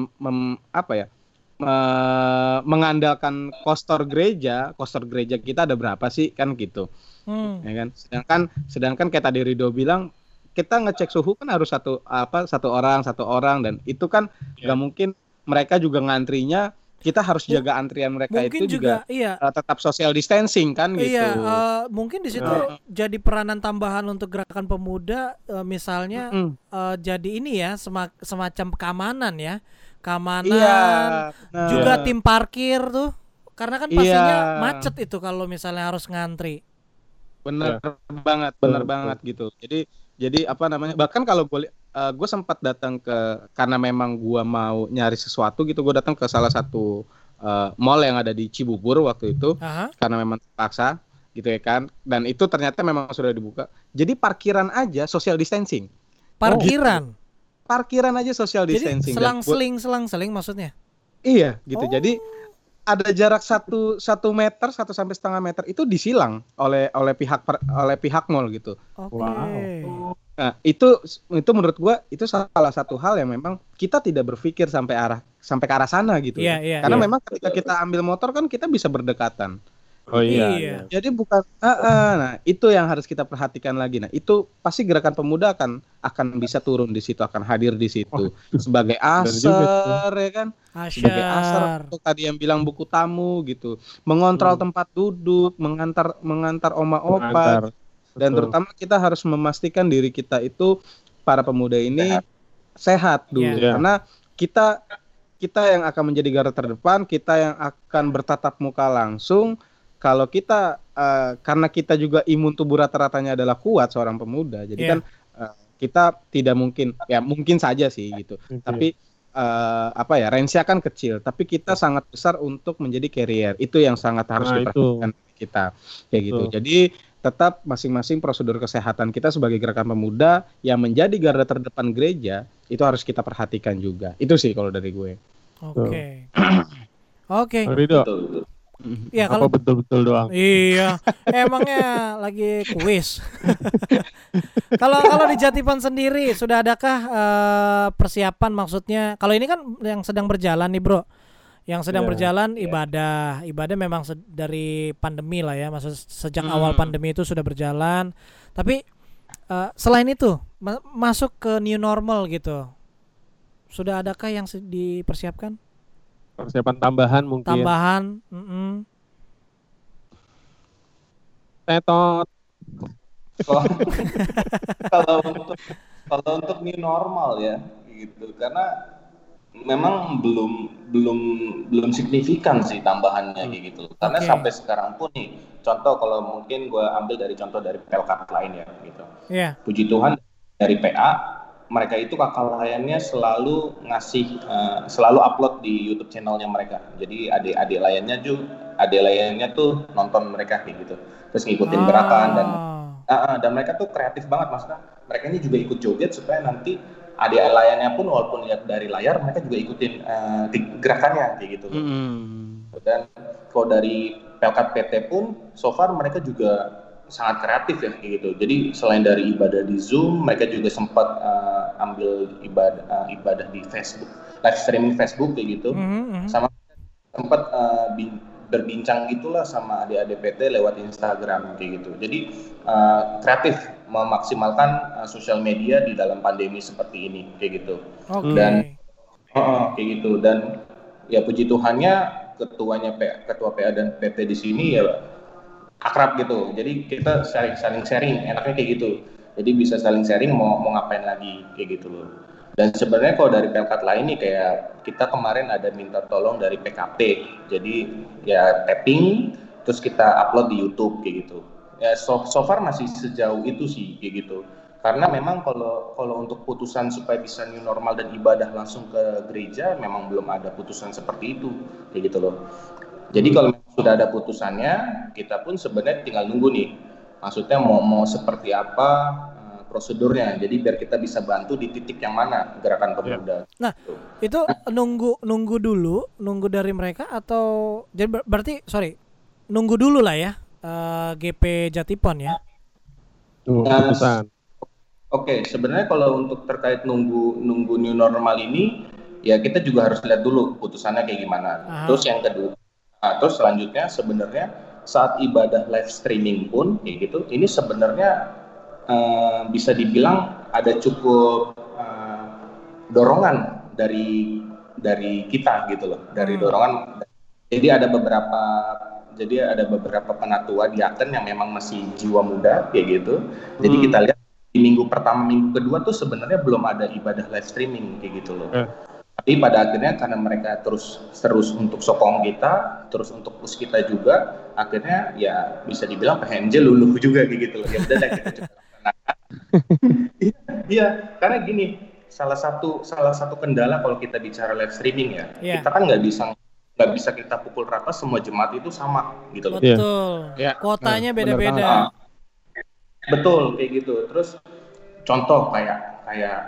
mengandalkan kostor gereja kita ada berapa sih kan gitu. Ya kan? Sedangkan kayak tadi Rido bilang, kita ngecek suhu kan harus satu orang dan itu kan nggak mungkin, mereka juga ngantrinya, kita harus jaga antrian mereka itu juga tetap social distancing kan gitu. Iya, mungkin di situ jadi peranan tambahan untuk gerakan pemuda, misalnya jadi ini ya, semacam keamanan ya, juga tim parkir tuh, karena kan pastinya macet itu kalau misalnya harus ngantri. Bener banget gitu. Jadi bahkan kalau gue sempat datang karena memang gue mau nyari sesuatu gitu, gue datang ke salah satu mall yang ada di Cibubur waktu itu. Karena memang terpaksa gitu ya kan, dan itu ternyata memang sudah dibuka. Jadi parkiran aja social distancing. Parkiran aja social distancing. Jadi selang-seling maksudnya? Iya gitu. Jadi ada jarak 1 meter, 1 sampai setengah meter itu disilang oleh pihak mall gitu. Wow. Nah, itu menurut gua itu salah satu hal yang memang kita tidak berpikir sampai ke arah sana gitu. Karena memang ketika kita ambil motor kan kita bisa berdekatan. Oh iya. Jadi bukan nah itu yang harus kita perhatikan lagi. Nah, itu pasti gerakan pemuda akan bisa turun di situ, akan hadir di situ sebagai aser ya kan? Sebagai aser untuk tadi yang bilang buku tamu gitu. Mengontrol tempat duduk, mengantar oma-opa. Dan terutama kita harus memastikan diri kita itu, para pemuda ini sehat dulu. Karena kita yang akan menjadi garda terdepan, kita yang akan bertatap muka langsung. Kalau kita karena kita juga imun tubuh rata-ratanya adalah kuat seorang pemuda, jadi kan kita tidak mungkin, ya mungkin saja sih gitu. Tapi range-nya kan kecil, tapi kita sangat besar untuk menjadi carrier. Itu yang sangat harus diperhatikan kita kayak gitu. Jadi tetap masing-masing prosedur kesehatan kita sebagai gerakan pemuda yang menjadi garda terdepan gereja itu harus kita perhatikan juga. Itu sih kalau dari gue. Oke. Rido. Ya, kalau betul-betul doang. Iya, emangnya lagi kuis. Kalau di Jatipon sendiri sudah adakah persiapan, maksudnya kalau ini kan yang sedang berjalan nih bro, yang sedang berjalan ibadah memang dari pandemi lah ya, maksud sejak awal pandemi itu sudah berjalan. Tapi selain itu masuk ke new normal gitu, sudah adakah yang dipersiapkan? Persiapan tambahan mungkin. Tetot. Kalau untuk new normal ya gitu, karena memang belum signifikan sih tambahannya kayak gitu. Karena sampai sekarang pun nih, contoh kalau mungkin gue ambil dari contoh dari Pelkat lain ya gitu. Puji Tuhan dari PA, mereka itu kakak layannya selalu selalu upload di YouTube channelnya mereka. Jadi adik layannya tuh nonton mereka kayak gitu, terus ngikutin gerakan dan mereka tuh kreatif banget, maksudnya mereka ini juga ikut joget supaya nanti adik layannya pun walaupun lihat dari layar mereka juga ikutin gerakannya kayak gitu. Dan kalau dari Pelkat PT pun so far mereka juga sangat kreatif ya kayak gitu. Jadi selain dari ibadah di Zoom, mereka juga sempat ambil ibadah di Facebook, live streaming Facebook kayak gitu. sempat berbincang gitulah sama adik-adik PT lewat Instagram kayak gitu. Jadi kreatif memaksimalkan sosial media di dalam pandemi seperti ini kayak gitu. Oke. Dan kayak gitu, dan ya puji Tuhannya ketua PA dan PT di sini ya akrab gitu. Jadi kita saling sharing, enaknya kayak gitu. Jadi bisa saling sharing mau ngapain lagi kayak gitu loh. Dan sebenarnya kalau dari Pemkat lain nih kayak kita kemarin ada minta tolong dari PKP. Jadi ya tapping terus kita upload di YouTube kayak gitu. Ya so far masih sejauh itu sih kayak gitu. Karena memang kalau untuk putusan supaya bisa new normal dan ibadah langsung ke gereja memang belum ada putusan seperti itu kayak gitu loh. Jadi kalau sudah ada putusannya, kita pun sebenarnya tinggal nunggu nih. Maksudnya mau seperti apa prosedurnya. Jadi biar kita bisa bantu di titik yang mana gerakan pemuda. Nah, itu nunggu dari mereka atau jadi berarti nunggu dulu lah ya GP Jatipon ya. Putusan. Oke, sebenarnya kalau untuk terkait nunggu new normal ini ya kita juga harus lihat dulu putusannya kayak gimana. Terus yang kedua, terus selanjutnya sebenarnya saat ibadah live streaming pun kayak gitu, ini sebenarnya bisa dibilang ada cukup dorongan dari kita gitu loh, dari dorongan. Jadi ada beberapa penatua diaken yang memang masih jiwa muda kayak gitu. Jadi kita lihat di minggu pertama, minggu kedua tuh sebenarnya belum ada ibadah live streaming kayak gitu loh. Tapi pada akhirnya karena mereka terus untuk sokong kita, terus untuk push kita juga, akhirnya ya bisa dibilang PHMJ luluh juga kayak gitu loh. Ya udah kita coba laksanakan. Iya, karena gini, salah satu kendala kalau kita bicara live streaming ya, kita kan nggak bisa kita pukul rata semua jemaat itu sama gitu loh. Betul. Kuotanya beda-beda. Betul kayak gitu. Terus contoh kayak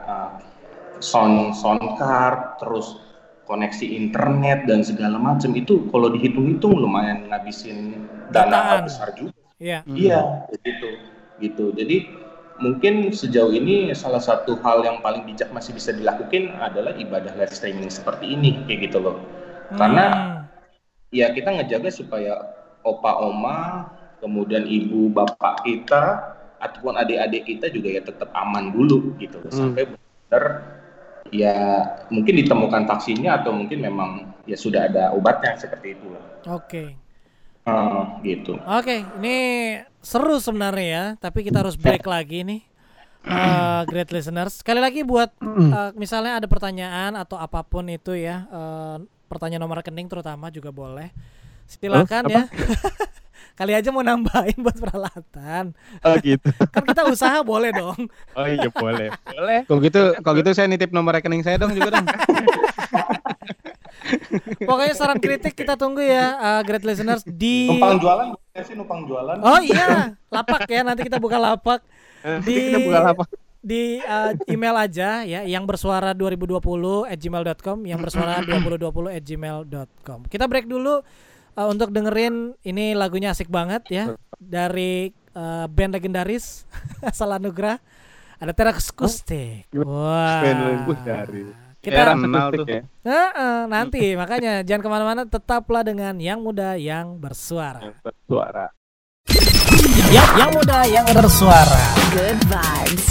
sound card, terus koneksi internet dan segala macam itu kalau dihitung-hitung lumayan ngabisin dana besar juga. Iya, gitu. Jadi mungkin sejauh ini salah satu hal yang paling bijak masih bisa dilakukan adalah ibadah live streaming seperti ini kayak gitu loh. Karena ya kita ngejaga supaya opa oma, kemudian ibu bapak kita ataupun adik-adik kita juga ya tetap aman dulu gitu sampai benar ya mungkin ditemukan vaksinnya atau mungkin memang ya sudah ada obatnya seperti itu lah. Oke. Gitu. Oke, ini seru sebenarnya ya, tapi kita harus break lagi nih. Great listeners, sekali lagi buat misalnya ada pertanyaan atau apapun itu ya, pertanyaan nomor rekening terutama juga boleh. Silakan ya. Kali aja mau nambahin buat peralatan. Oh gitu. Kan kita usaha boleh dong. Oh iya boleh. Kalau gitu saya nitip nomor rekening saya dong juga dong. Pokoknya saran kritik kita tunggu ya, great listeners di. Numpang jualan. Oh iya, lapak ya, nanti kita buka lapak. Di email aja ya, yang bersuara 2020@gmail.com, yang bersuara 2020@gmail.com. Kita break dulu untuk dengerin ini lagunya asik banget ya, dari band legendaris asal Anugerah, ada Terakus Kustik. Wah. Kita kenal tuh ya. Nanti makanya jangan kemana-mana, tetaplah dengan Yang Muda Yang Bersuara. Yang Muda Yang Bersuara. Good vibes.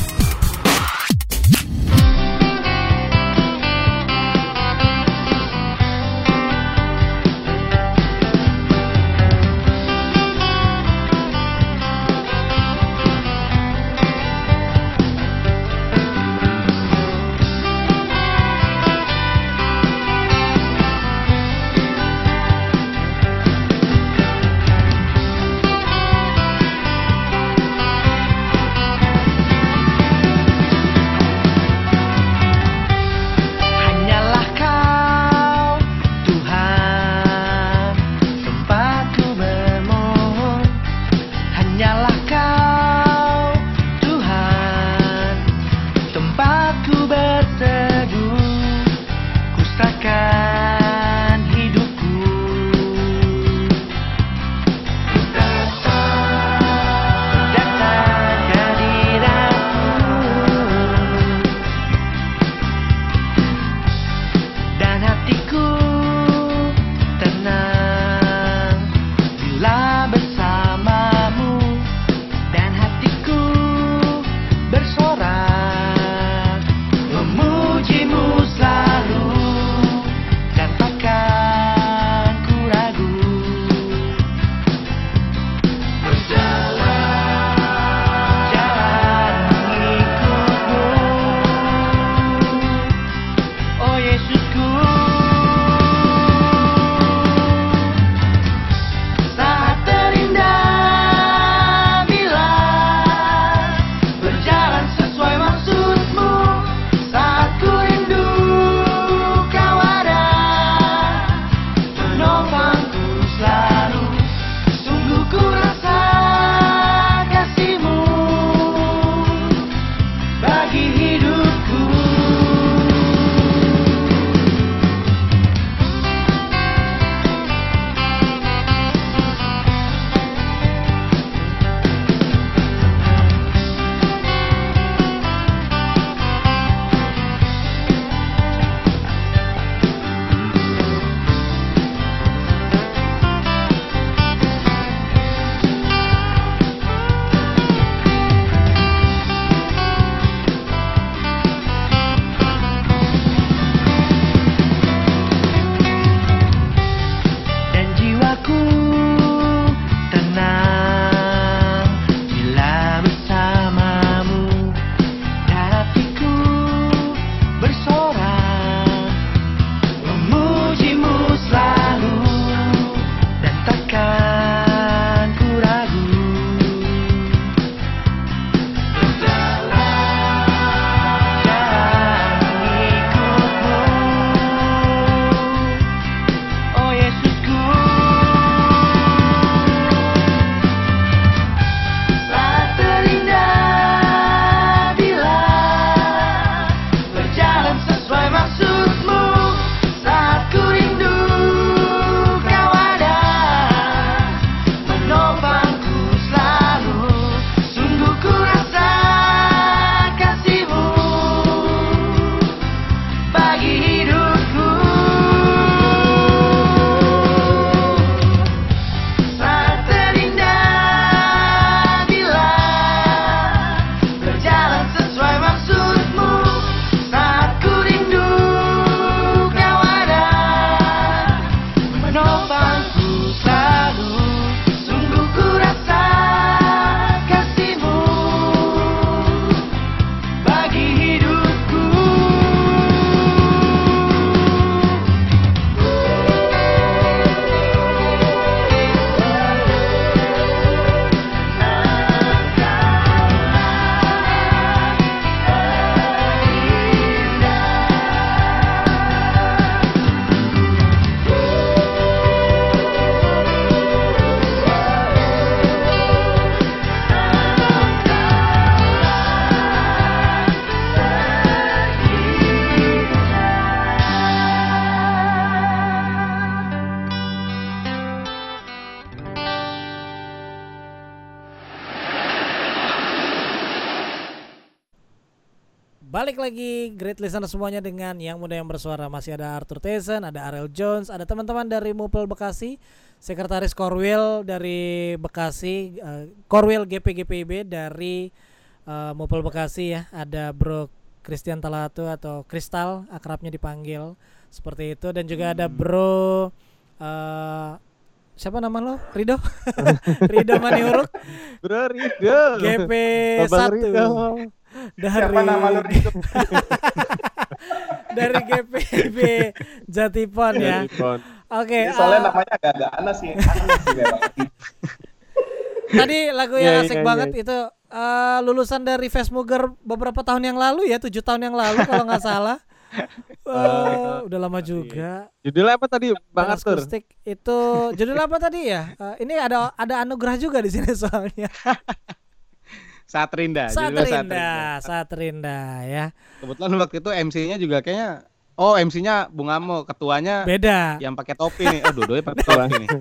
Balik lagi great listener semuanya dengan Yang Muda Yang Bersuara. Masih ada Arthur Tyson, ada Ariel Jones, ada teman-teman dari Mupel Bekasi, Sekretaris Korwil dari Bekasi, Korwil GPGPIB dari Mupel Bekasi ya. Ada Bro Christian Talatu atau Kristal akrabnya dipanggil seperti itu, dan juga ada Bro siapa nama lo? Rido? Rido Maniuruk. Bro Rido. GP1. Dari Siapa nama lo Rido? dari GPB Jatipon ya. Oke. Soalnya namanya agak-agak aneh sih memang. Tadi lagu yang asik banget itu lulusan dari Fesmuger beberapa tahun yang lalu ya, 7 tahun yang lalu kalau nggak salah. Udah lama juga. Judulnya apa tadi, Bang Arthur? Itu judulnya apa tadi ya? Ini ada anugerah juga di sini soalnya. Satrinda ya. Kebetulan waktu itu MC-nya juga kayaknya MC-nya Bung Amo, ketuanya beda. Yang pakai topi nih. Dua-duanya pakai topi nih.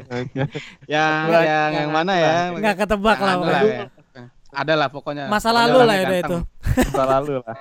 yang mana ya? Enggak ketebak lah. Ada lah pokoknya. Masa lalu lah ya itu. Masa lalu lah.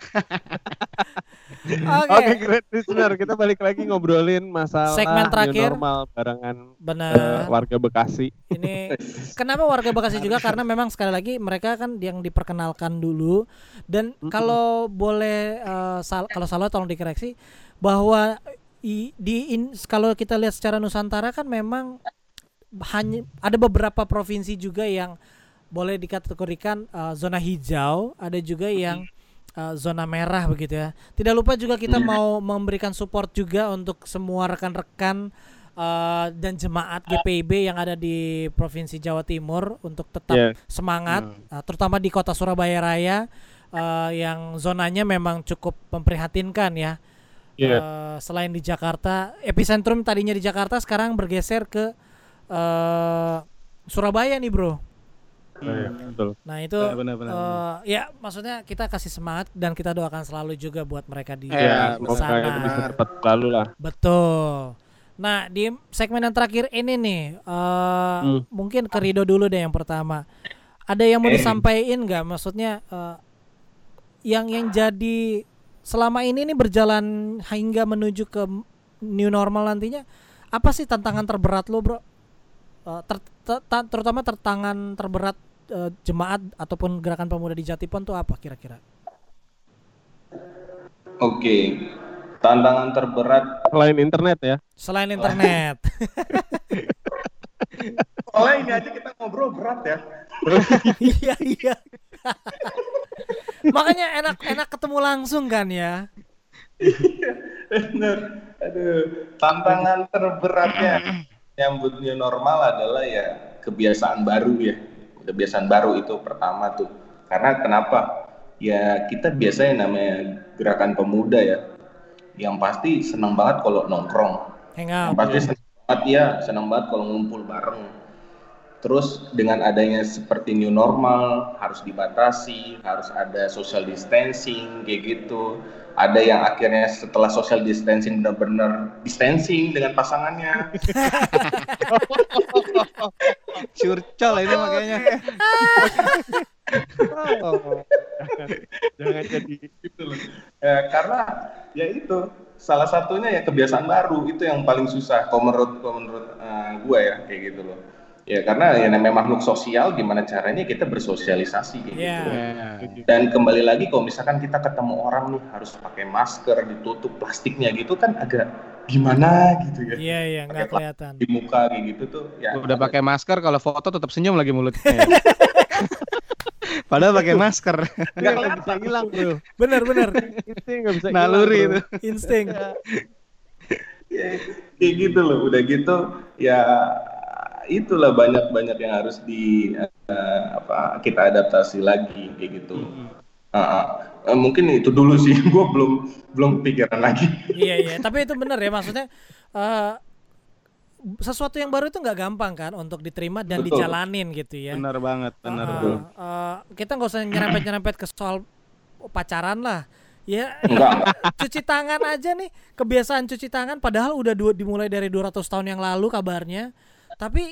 Oke, great listener, kita balik lagi ngobrolin masalah segmen terakhir, new normal barengan warga Bekasi. Ini kenapa warga Bekasi juga, karena memang sekali lagi mereka kan yang diperkenalkan dulu, dan kalau boleh kalau salah tolong dikoreksi, bahwa kalau kita lihat secara Nusantara kan memang hanya ada beberapa provinsi juga yang boleh dikategorikan zona hijau, ada juga yang zona merah begitu ya. Tidak lupa juga kita mau memberikan support juga untuk semua rekan-rekan dan jemaat GPIB yang ada di Provinsi Jawa Timur untuk tetap semangat, terutama di Kota Surabaya Raya yang zonanya memang cukup memprihatinkan ya. Selain di Jakarta, epicentrum tadinya di Jakarta sekarang bergeser ke Surabaya nih, Bro. Betul. Nah itu ya maksudnya kita kasih semangat dan kita doakan selalu juga buat mereka di semoga itu bisa cepat lalu lah. Betul. Nah di segmen yang terakhir ini nih mungkin ke Rido dulu deh yang pertama. Ada yang mau disampaikan nggak? Maksudnya yang jadi selama ini nih berjalan hingga menuju ke new normal nantinya, apa sih tantangan terberat lo, Bro? Terutama tantangan terberat jemaat ataupun gerakan pemuda di Jatipon tuh apa kira-kira? Oke, tantangan terberat selain internet ya? Selain internet. Soalnya ini aja kita ngobrol berat ya. Iya. Makanya enak ketemu langsung kan ya. Bener. Aduh, tantangan terberatnya nyambut new normal adalah ya kebiasaan baru ya. Kebiasaan baru itu pertama tuh. Karena kenapa? Ya kita biasanya namanya gerakan pemuda ya. Yang pasti senang banget kalau nongkrong. Yang pasti senang banget kalau ngumpul bareng. Terus dengan adanya seperti new normal, harus dibatasi, harus ada social distancing kayak gitu. Ada yang akhirnya setelah social distancing benar-benar distancing dengan pasangannya. Curcol ini makanya. Jangan jadi gitu loh. Ya, karena ya itu salah satunya ya kebiasaan baru itu yang paling susah kalau menurut gue ya kayak gitu loh. Ya karena ya namanya makhluk sosial, gimana caranya kita bersosialisasi kayak gitu. Dan kembali lagi kalau misalkan kita ketemu orang nih harus pakai masker, ditutup plastiknya gitu kan agak gimana gitu ya. Iya, nggak kelihatan. Di muka kayak gitu tuh ya. Udah pakai masker, kalau foto tetap senyum lagi mulutnya. Padahal pakai masker. Nggak bisa hilang, Bro. Bener. Insting nggak bisa hilang. Naluri itu. Insting. Ya, kayak gitu loh. Udah gitu ya itulah banyak yang harus kita adaptasi lagi kayak gitu. Mungkin itu dulu sih, gue belum pikiran lagi. Iya, tapi itu benar ya, maksudnya sesuatu yang baru itu nggak gampang kan untuk diterima dan dijalanin gitu ya. Benar banget. Kita nggak usah nyerempet ke soal pacaran lah. Ya, cuci tangan aja nih, kebiasaan cuci tangan padahal udah dimulai dari 200 tahun yang lalu kabarnya. Tapi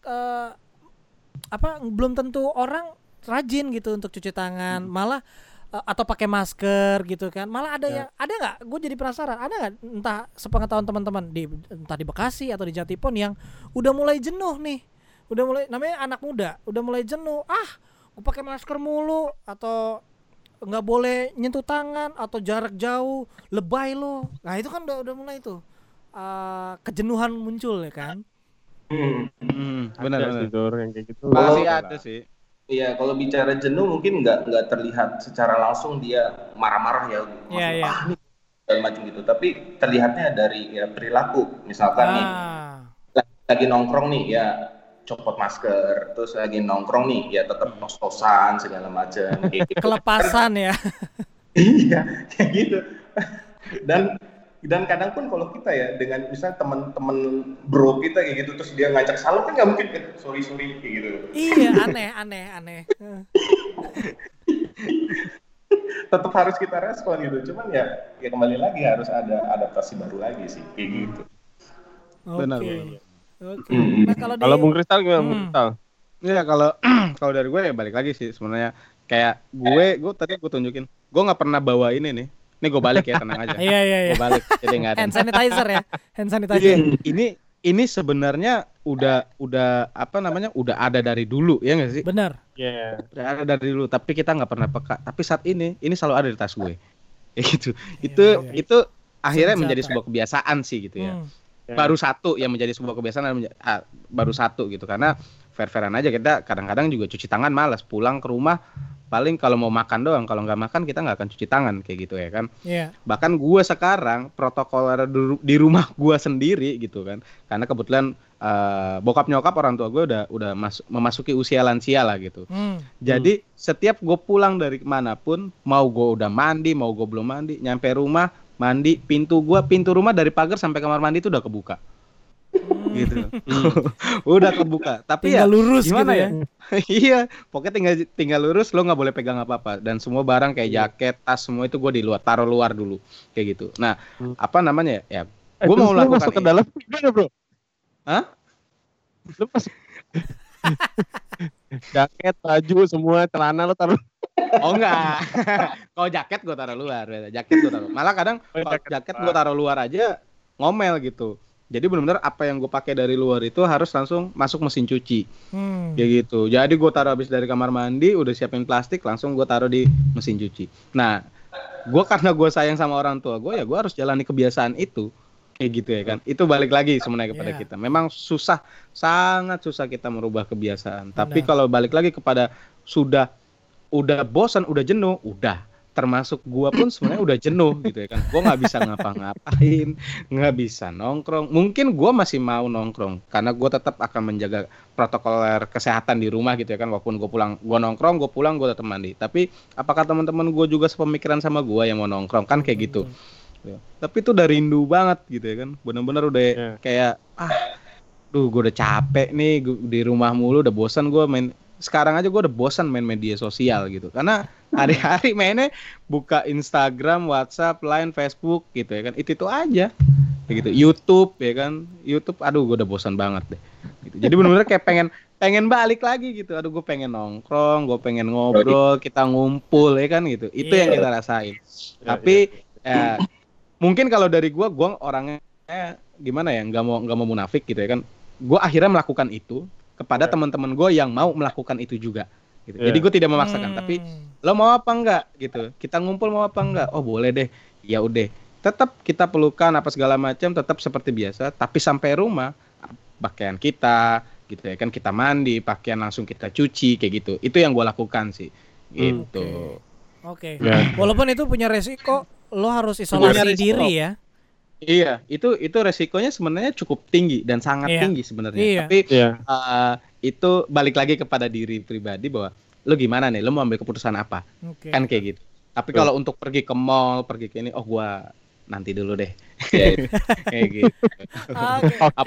belum tentu orang rajin gitu untuk cuci tangan. Malah atau pakai masker gitu kan. Malah ada yang ada nggak? Gue jadi penasaran, ada nggak entah sepengetahuan teman-teman entah di Bekasi atau di Jatipon yang udah mulai jenuh nih, udah mulai, namanya anak muda, udah mulai jenuh. Gue pakai masker mulu, atau nggak boleh nyentuh tangan, atau jarak jauh, lebay lo. Nah itu kan udah mulai tuh kejenuhan muncul ya kan. Benar sih Dur, yang kayak gitu. Pasti ada sih. Iya, kalau bicara jenuh mungkin nggak terlihat secara langsung dia marah-marah ya, maksudnya ini dan macam gitu. Tapi terlihatnya dari ya perilaku. Misalkan nih lagi nongkrong nih ya copot masker, terus lagi nongkrong nih ya tetap tos-tosan segala macam. Gitu. Kelepasan ya. Iya, kayak gitu. Dan kadang pun kalau kita ya dengan misalnya teman-teman bro kita kayak gitu terus dia ngajak salam kan nggak mungkin sorry kayak gitu. Iya, aneh. Tetap harus kita respon gitu. Cuman ya kembali lagi harus ada adaptasi baru lagi sih kayak gitu. Benar. Oke. Nah, kalau Bung Kristal gimana Bung Kristal? Iya, kalau dari gue ya balik lagi sih sebenarnya kayak gue tadi gue tunjukin. Gue nggak pernah bawa ini nih. Ini gue balik ya, tenang aja. Iya. Gue balik, jadi nggak ada. Hand sanitizer ya, hand sanitizer. Iya, ini sebenarnya udah udah ada dari dulu ya nggak sih? Benar. Iya. Udah ada dari dulu, tapi kita nggak pernah peka. Tapi saat ini selalu ada di tas gue. Kayak gitu. Itu akhirnya menjadi sebuah kebiasaan sih gitu ya. Baru satu yang menjadi sebuah kebiasaan, baru satu gitu, karena fair-fairan aja kita kadang-kadang juga cuci tangan malas, pulang ke rumah paling kalau mau makan doang, kalau nggak makan kita nggak akan cuci tangan kayak gitu ya kan. Bahkan gue sekarang protokol di rumah gue sendiri gitu kan, karena kebetulan bokap nyokap orang tua gue udah memasuki usia lansia lah gitu. Jadi setiap gue pulang dari manapun, mau gue udah mandi mau gue belum mandi, nyampe rumah mandi, pintu rumah dari pagar sampai kamar mandi itu udah kebuka. Gitu. Udah kebuka. Tapi tinggal ya lurus gimana gitu ya. Iya, pokoknya tinggal lurus, lo nggak boleh pegang apa-apa, dan semua barang kayak jaket, tas semua itu gue taruh luar dulu kayak gitu. Nah, apa namanya ya? Gue mau lakukan masuk ke dalam gimana, Bro? Hah? Lu masuk jaket, baju, semua celana lo taruh. Oh enggak. Kalau jaket gue taruh luar, Malah kadang jaket gue taruh luar aja ngomel gitu. Jadi benar-benar apa yang gue pakai dari luar itu harus langsung masuk mesin cuci, kayak gitu. Jadi gue taruh habis dari kamar mandi, udah siapin plastik, langsung gue taruh di mesin cuci. Nah, karena gue sayang sama orang tua gue, ya gue harus jalani kebiasaan itu, kayak gitu ya kan. Itu balik lagi sebenarnya kepada kita. Memang sangat susah kita merubah kebiasaan. Tapi kalau balik lagi kepada udah bosan, udah jenuh, termasuk gua pun sebenarnya udah jenuh gitu ya kan. Gua nggak bisa ngapa-ngapain, nggak bisa nongkrong. Mungkin gua masih mau nongkrong karena gua tetap akan menjaga protokol kesehatan di rumah gitu ya kan. Walaupun gua nongkrong, gua pulang, gua tetap mandi. Tapi apakah teman-teman gua juga sepemikiran sama gua yang mau nongkrong, kan kayak gitu. Tapi itu udah rindu banget gitu ya kan. Bener-bener udah kayak gua udah capek nih di rumah mulu, udah bosan gua main. Sekarang aja gue udah bosan main media sosial gitu, karena hari-hari mainnya buka Instagram, WhatsApp, Line, Facebook gitu ya kan, itu aja gitu. YouTube ya kan, aduh gue udah bosan banget deh gitu. Jadi benar-benar kayak pengen balik lagi gitu. Aduh gue pengen nongkrong, gue pengen ngobrol, kita ngumpul ya kan gitu. Itu yang kita rasain. Tapi mungkin kalau dari gue orangnya gimana ya, nggak mau munafik gitu ya kan. Gue akhirnya melakukan itu kepada teman-teman gue yang mau melakukan itu juga gitu. Jadi gue tidak memaksakan, tapi lo mau apa enggak gitu, kita ngumpul mau apa enggak, oh boleh deh, ya udah, tetap kita pelukan apa segala macam, tetap seperti biasa, tapi sampai rumah pakaian kita gitu ya kan, kita mandi, pakaian langsung kita cuci kayak gitu. Itu yang gue lakukan sih gitu. Oke. Walaupun itu punya resiko, lo harus isolasi diri ya. Iya, itu resikonya sebenarnya cukup tinggi dan sangat tinggi sebenarnya. Tapi itu balik lagi kepada diri pribadi bahwa lo gimana nih, lo mau ambil keputusan apa, kan kayak gitu. Tapi kalau untuk pergi ke mall, pergi ke ini, gua nanti dulu deh, kayak gitu.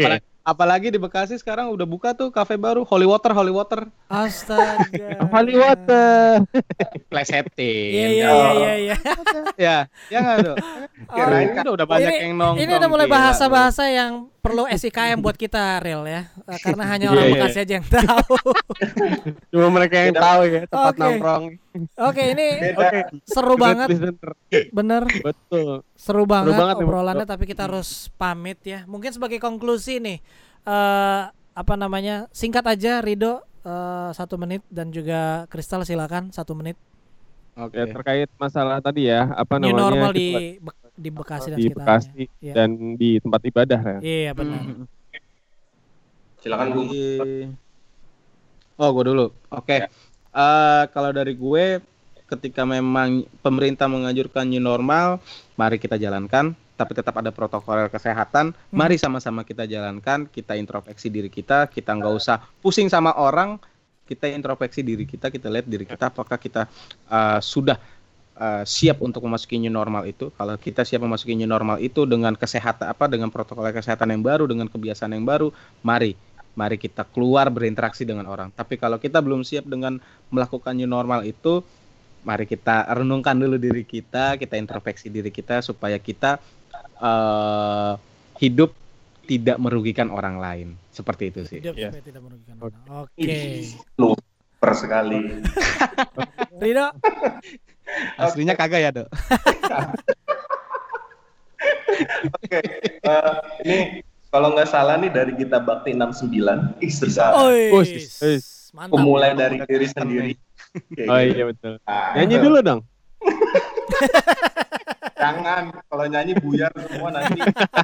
Apalagi di Bekasi sekarang udah buka tuh kafe baru Holy Water. Astaga. Holy Water. Plesetin. Iya. Ya nggak tuh. Kirain kan udah banyak yang nongkrong. Ini udah mulai gila, bahasa-bahasa yang perlu SIKM buat kita real ya. Karena hanya orang Bekasi aja yang tahu. Cuma mereka yang tahu ya tempat nongkrong. Oke, ini seru banget. Bener. Betul. Seru banget obrolannya, tapi kita harus pamit ya. Mungkin sebagai konklusi nih, singkat aja Rido 1 menit dan juga Kristal silakan 1 menit. Oke. Ya, terkait masalah tadi ya, New normal di Bekasi dan di sekitarnya. Bekasi dan di tempat ibadah ya. Iya benar. Silakan Bung. Gue dulu. Oke. Kalau dari gue, ketika memang pemerintah menganjurkan new normal, mari kita jalankan. Tapi tetap ada protokol kesehatan. Mari sama-sama kita jalankan. Kita introspeksi diri kita. Kita nggak usah pusing sama orang. Kita introspeksi diri kita. Kita lihat diri kita. Apakah kita sudah siap untuk memasuki new normal itu? Kalau kita siap memasuki new normal itu dengan kesehatan dengan protokol kesehatan yang baru, dengan kebiasaan yang baru, mari kita keluar berinteraksi dengan orang. Tapi kalau kita belum siap dengan melakukan new normal itu, mari kita renungkan dulu diri kita introspeksi diri kita supaya kita hidup tidak merugikan orang lain. Seperti itu sih. Hidup supaya tidak merugikan orang. Oke. Super sekali. Rido. Aslinya kagak ya, Dok? Oke. Ini kalau nggak salah nih dari kita Bakti 69. Mantap. Memulai dari diri sendiri. Iya betul. Nyanyi dulu dong. Jangan, kalau nyanyi buyar semua nanti.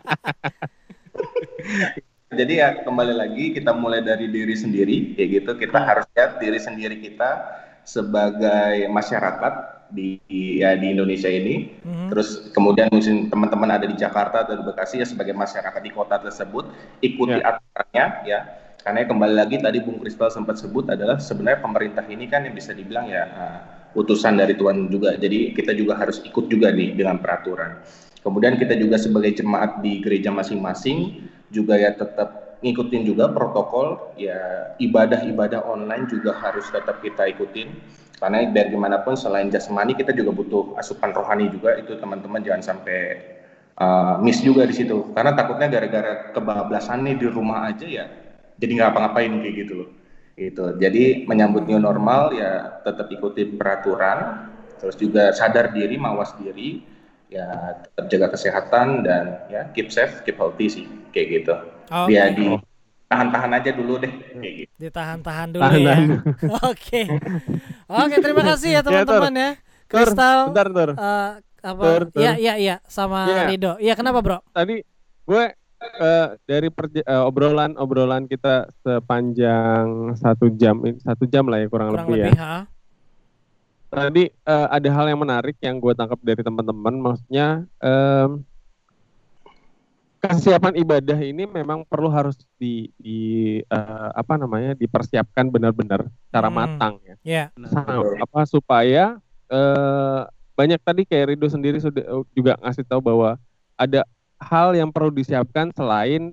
Jadi ya kembali lagi kita mulai dari diri sendiri, kayak gitu. Kita harus lihat diri sendiri kita sebagai masyarakat di Indonesia ini. Terus kemudian mungkin teman-teman ada di Jakarta atau di Bekasi ya sebagai masyarakat di kota tersebut ikuti aturannya ya. Karena kembali lagi tadi Bung Kristal sempat sebut adalah sebenarnya pemerintah ini kan yang bisa dibilang ya utusan dari Tuhan juga. Jadi kita juga harus ikut juga nih dengan peraturan. Kemudian kita juga sebagai jemaat di gereja masing-masing juga ya tetap ngikutin juga protokol ya, ibadah online juga harus tetap kita ikutin. Karena biar gimana pun selain jasmani kita juga butuh asupan rohani juga, itu teman-teman jangan sampai miss juga di situ. Karena takutnya gara-gara kebablasan nih di rumah aja ya jadi nggak apa-ngapain kayak gitu loh. Gitu. Jadi menyambut new normal ya tetap ikuti peraturan, terus juga sadar diri, mawas diri, ya tetap jaga kesehatan dan ya keep safe, keep healthy sih kayak gitu. Dia ditahan-tahan aja dulu deh kayak gitu. Ditahan-tahan dulu ya. Oke, terima kasih ya teman-teman ya. Kristal. Bentar. Iya sama Rido. Iya kenapa bro? Tadi gue dari obrolan kita sepanjang 1 jam lah ya kurang lebih ya. Tadi ada hal yang menarik yang gue tangkap dari teman-teman, maksudnya kesiapan ibadah ini memang perlu harus dipersiapkan benar-benar secara matang ya. Supaya banyak tadi kayak Rido sendiri sudah juga ngasih tahu bahwa ada hal yang perlu disiapkan selain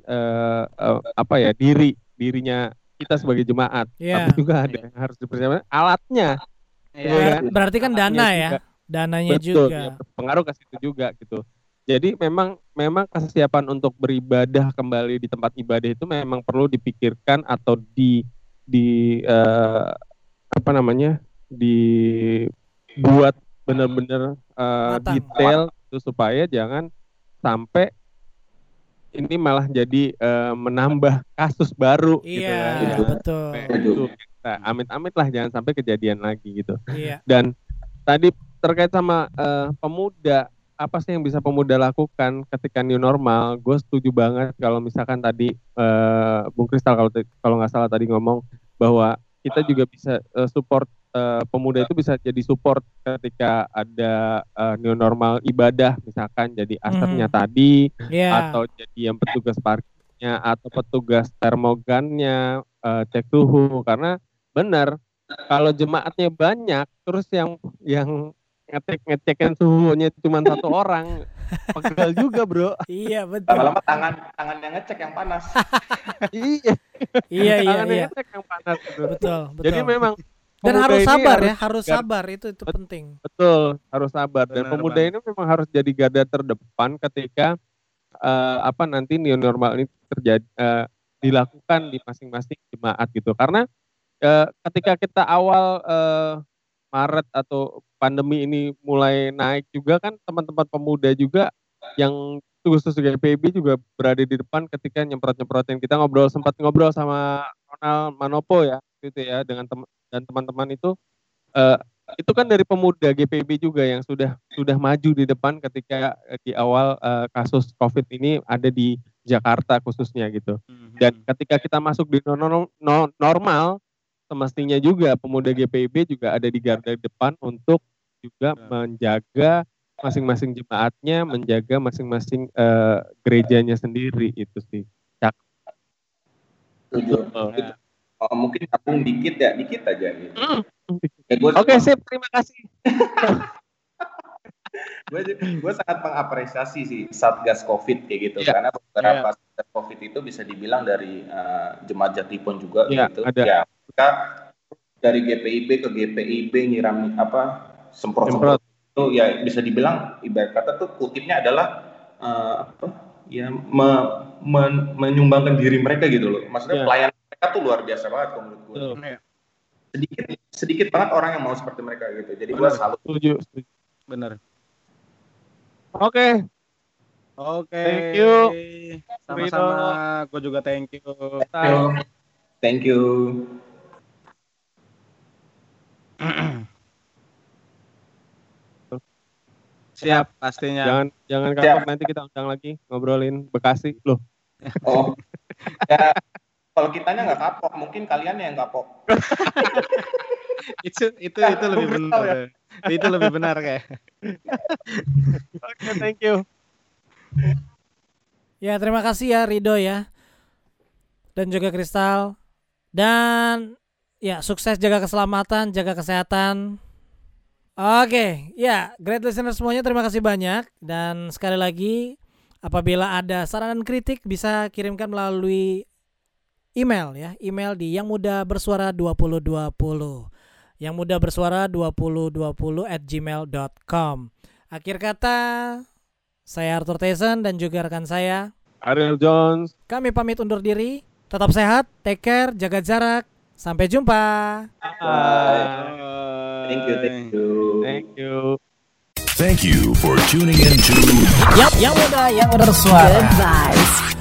dirinya kita sebagai jemaat, tapi juga ada yang harus dipersiapkan alatnya. Berarti kan dana ya, dananya betul, juga. Ya, pengaruh ke situ juga gitu. Jadi memang kesiapan untuk beribadah kembali di tempat ibadah itu memang perlu dipikirkan atau dibuat benar-benar detail itu supaya jangan sampai ini malah jadi menambah kasus baru gitu. Betul. Amit-amit lah jangan sampai kejadian lagi gitu. Dan tadi terkait sama pemuda, apa sih yang bisa pemuda lakukan ketika new normal? Gue setuju banget kalau misalkan tadi Bung Kristal kalau nggak salah tadi ngomong bahwa kita juga bisa support pemuda itu bisa jadi support ketika ada new normal ibadah, misalkan jadi asernya tadi, atau jadi yang petugas parkirnya atau petugas termogannya, cek suhu. Karena benar kalau jemaatnya banyak terus yang ngecekin suhunya cuma satu orang. Pegel juga, Bro. Iya, betul. Lama-lama tangan yang ngecek yang panas. Iya. Iya. Ngecek yang panas gitu. Betul. Jadi memang dan harus sabar ya, harus sabar, itu penting. Betul, harus sabar. Dan pemuda ini memang harus jadi garda terdepan ketika nanti new normal ini terjadi, dilakukan di masing-masing jemaat gitu. Karena ketika kita awal Maret atau pandemi ini mulai naik juga kan, teman-teman pemuda juga yang khusus GPIB juga berada di depan ketika nyemprot-nyemprotin. Kita sempat ngobrol sama Ronald Manopo ya, gitu ya, dengan teman-teman itu kan dari pemuda GPIB juga yang sudah maju di depan ketika di awal kasus COVID ini ada di Jakarta khususnya gitu. Dan ketika kita masuk di normal, semestinya juga pemuda GPIB juga ada di garda depan untuk juga menjaga masing-masing jemaatnya, menjaga masing-masing gerejanya sendiri, itu sih. Mungkin gabung dikit aja gitu. Oke, sip, terima kasih. Gue sangat mengapresiasi sih Satgas COVID kayak gitu, karena beberapa Satgas COVID itu bisa dibilang dari jemaat Jatipon juga gitu. Ada. Ya, kita dari GPIB ke GPIB nyiram semprot itu ya bisa dibilang ibarat kata tuh kutipnya adalah menyumbangkan diri mereka gitu loh. Maksudnya pelayanan mereka tuh luar biasa banget menurut gue. Sedikit banget orang yang mau seperti mereka gitu. Jadi gue salut. Setuju. Benar. Oke. Thank you. Sama-sama. Gue juga thank you. Thank you. Siap, pastinya. Jangan kapok, nanti kita undang lagi ngobrolin Bekasi loh. Oh. Ya, kalau kitanya nggak kapok, mungkin kalian yang kapok. itu lebih benar. Ya. Itu lebih benar kayak. Oke, thank you. Ya, terima kasih ya Rido ya. Dan juga Kristal. Dan ya, sukses, jaga keselamatan, jaga kesehatan. Oke, ya, great listener semuanya, terima kasih banyak. Dan sekali lagi, apabila ada saran dan kritik bisa kirimkan melalui email ya. Email di yangmudabersuara2020. yangmudabersuara2020@gmail.com. Akhir kata, saya Arthur Tyson dan juga rekan saya Ariel Jones. Kami pamit undur diri. Tetap sehat, take care, jaga jarak. Sampai jumpa. Bye. Thank you. Thank you. Thank you for tuning in to Yang Muda Yang Bersuara. Good vibes.